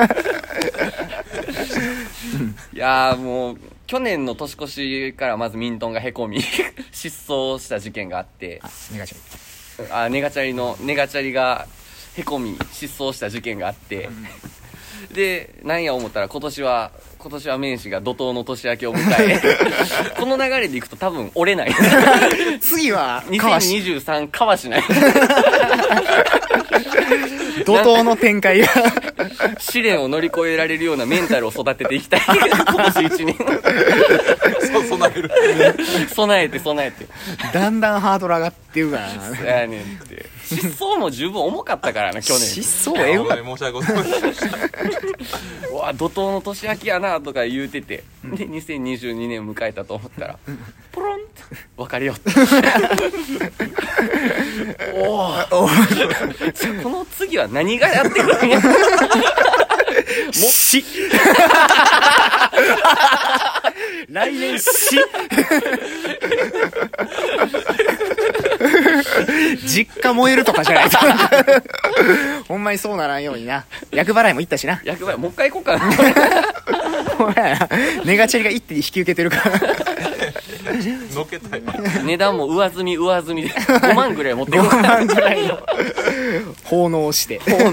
いやもう去年の年越しからまずミントンがへこみ失踪した事件があって、 ネガチャリがへこみ失踪した事件があって、でなんや思ったら今年はメンシが怒涛の年明けを迎えこの流れでいくと多分折れない次は 2023かわしない怒涛の展開が試練を乗り越えられるようなメンタルを育てていきたい今年1年備えてだんだんハードル上がってるからな。 そうやねんって。失踪も十分重かったからな去年。 失踪申し訳ございませんでした。 うわ怒涛の年明けやなとか言うてて、で2022年迎えたと思ったらポロンって別れよっておこの次は何がやってくるんや来年実家燃えるとかじゃないとほんまにそうならんようにな。厄払いも行ったしな。 厄払いもう一回行こうかな。 ネガチャリが一手に引き受けてるからのけたい。 値段も上積みで5万ぐらい持ってこう 5万ぐらいの奉納してほん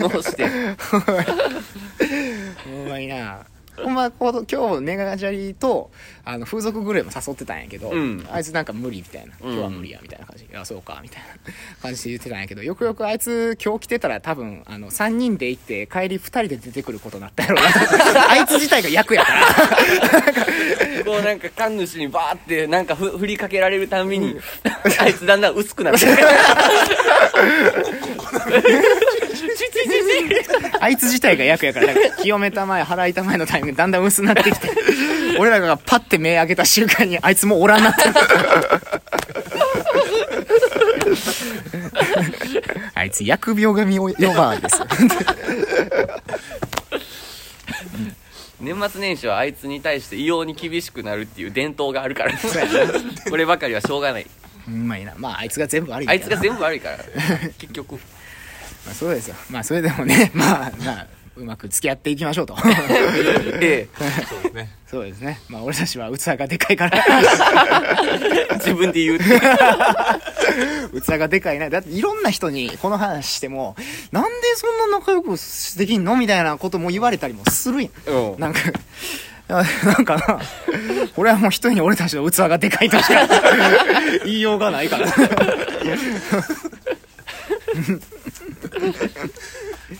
まにな。ほんま今日ネガチャリと風俗グルーも誘ってたんやけど、あいつなんか無理みたいな、今日は無理やみたいな感じ、いやそうかみたいな感じで言ってたんやけど、よくよくあいつ今日来てたら多分3人で行って帰り2人で出てくることになったやろうなあいつ自体が役やからこうなんか神主にバーってなんか振りかけられるたんびにあいつだんだん薄くなってあいつ自体が役やから、清めた前払いた前のタイミングだんだん薄くなってきて俺らがパッて目開けた瞬間にあいつもうおらんなってあいつ疫病神呼ばわです年末年始はあいつに対して異様に厳しくなるっていう伝統があるからこればかりはしょうがない。 うまいな。まああいつが全部悪いあいつが全部悪いから結局まあそうですよ。まあそれでもね、まあうまく付き合っていきましょうとそうですね。 そうですね。まあ俺たちは器がでかいから自分で言うって器がでかいな。だっていろんな人にこの話してもなんでそんな仲良くできんのみたいなことも言われたりもするやん。なんかな、俺はもう一人に俺たちの器がでかいとしか言いようがないからい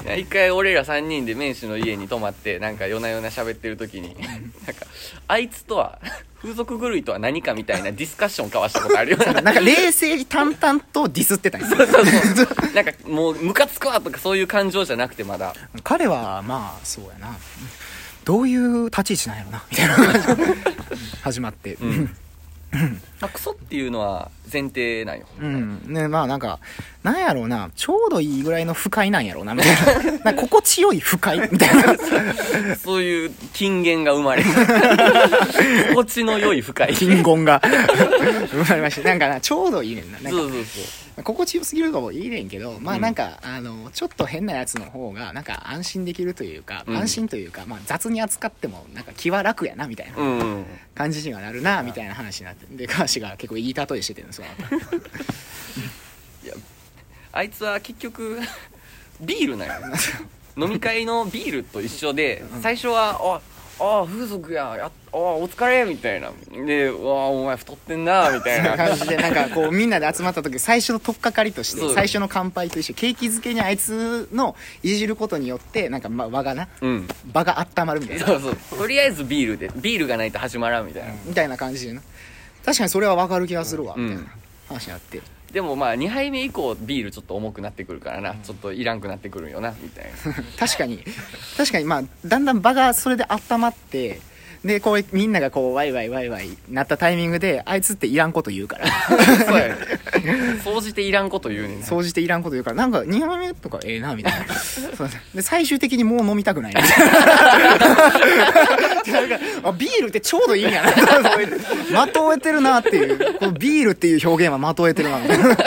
一回俺ら3人でメンシの家に泊まってなんか夜な夜な喋ってる時になんかあいつとは風俗狂いとは何かみたいなディスカッション交わしたことあるよなんか冷静に淡々とディスってたんですよ。 そうなんかもうムカつくわとかそういう感情じゃなくてまだ彼はまあそうやな、どういう立ち位置なんやろなみたいな感じで始まって、 まあ、クソっていうのは前提なんよ。 ね、まあなんかなんやろうな、ちょうどいいぐらいの不快なんやろうなみたいな、なんか心地よい不快みたいなそういう金言が生まれる心地の良い不快金言が生まれました。なんかな、ちょうどいいねんな。なんかそう心地よすぎるかもいいねんけど、まあなんか、ちょっと変なやつの方がなんか安心できるというか、安心というか、まあ雑に扱ってもなんか気は楽やなみたいな感じにはなるなみたいな話になって、で川氏が結構いい例えしててるんですよいやあいつは結局ビールなんよ飲み会のビールと一緒で、最初はあ風俗やお疲れみたいなで、お前太ってんなみたいな感じで、なんかこうみんなで集まった時最初の取っかかりとして最初の乾杯と一緒、景気づけにあいつのいじることによってなんか場がな、場が温まるみたいな、 そうとりあえずビールがないと始まらんみたいな、 みたいな感じでな、確かにそれは分かる気がするわ、みたいな話になって、 でもまあ2杯目以降ビールちょっと重くなってくるからな、ちょっといらんくなってくるんよなみたいな確かにまあだんだん場がそれで温まって、でこうみんながこうワイワイなったタイミングであいつっていらんこと言うからそうやね総じていらんこと言うねんな、 総じていらんこと言うから、なんか2杯目とかええなみたいなそうで最終的にもう飲みたくないみたいななんかビールってちょうどいいんやな的を得てるなっていう、このビールっていう表現は的を得てるなみたいな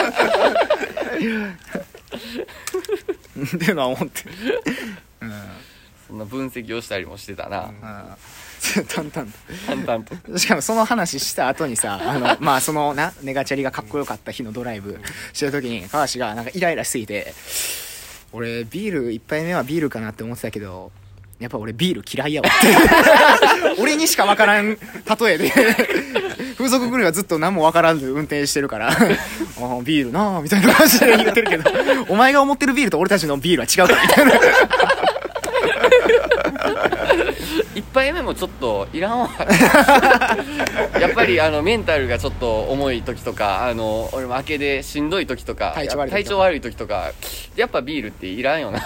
っていうのは思って、 そんな分析をしたりもしてたな、 淡々としかもその話した後にさ、まあそのなネガチャリがかっこよかった日のドライブしてる時に川氏がなんかイライラしすぎて、俺ビール1杯目はビールかなって思ってたけどやっぱ俺ビール嫌いやわって俺にしか分からん例えで風俗狂いはずっと何も分からんず運転してるからビールなぁみたいな感じで言ってるけどお前が思ってるビールと俺たちのビールは違うからみたいな 1杯目もちょっといらんわやっぱりメンタルがちょっと重い時とか俺も明けでしんどい時とか体調悪い時とかやっぱビールっていらんよな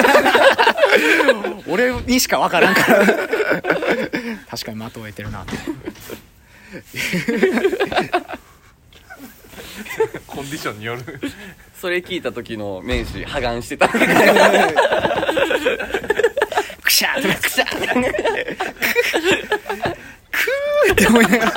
俺にしか分からんから確かに的を得てるなコンディションによるそれ聞いた時の面子破顔してたくしゃーくしゃーくーって思いながら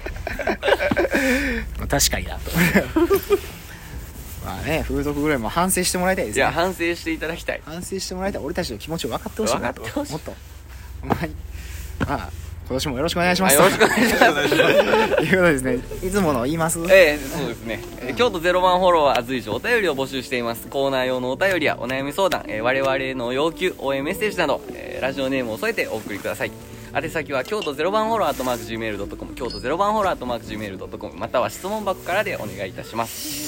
確かになとまあね、風俗ぐらいも反省してもらいたいですね。 いや反省していただきたい、 反省してもらいたい、俺たちの気持ちを分かってほしいなと、もっとまあ今年もよろしくお願いします、 よろしくお願いしますということですね。いつもの言います？ そうですね、京都ゼロ番フォロワー随時お便りを募集しています。コーナー用のお便りやお悩み相談、我々への要求応援メッセージなど、ラジオネームを添えてお送りください。宛先は京都ゼロ番フォロワー@gmail.com 京都ゼロ番フォロワー@gmail.com または質問箱からでお願いいたします。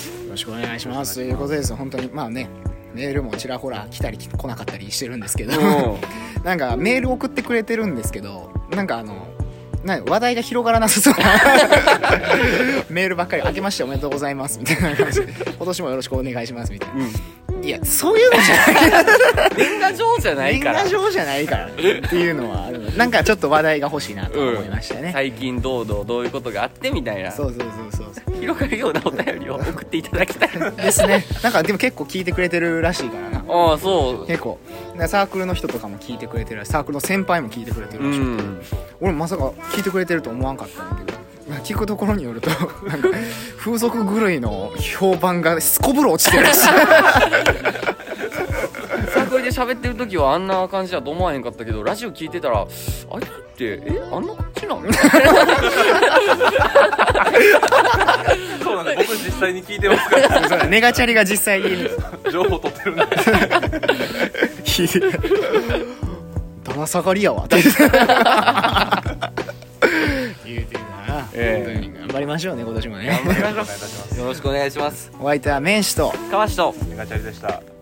よろしくお願いします。ということです。本当にまあね、メールもちらほら来たり来なかったりしてるんですけどなんかメール送ってくれてるんですけど、なんか話題が広がらなさそうなメールばっかり、明けましておめでとうございますみたいな感じで今年もよろしくお願いしますみたいな、いやそういうのじゃない年賀状じゃないから年賀状じゃないからっていうのはあるの。なんかちょっと話題が欲しいなと思いましたね、 最近どういうことがあってみたいな、 そう広がるようなお便りを送っていただきたいですね。なんかでも結構聞いてくれてるらしいからな。 ああそう結構サークルの人とかも聞いてくれてる、サークルの先輩も聞いてくれてるらしくて、俺もまさか聞いてくれてると思わんかったんだけど、聞くところによるとなんか風俗狂いの評判がすこぶる落ちてるらしいサークルで喋ってる時はあんな感じだと思わへんかったけど、ラジオ聞いてたらあいつってあんな感じなのそうなんで僕実際に聞いてますからそうネガチャリが実際に情報取ってるんでだまさがりやわって言うてるな、頑張りましょうね今年もね。 頑張りましょうよろしくお願いします。 お相手はメンシと川下ネガチャリでした。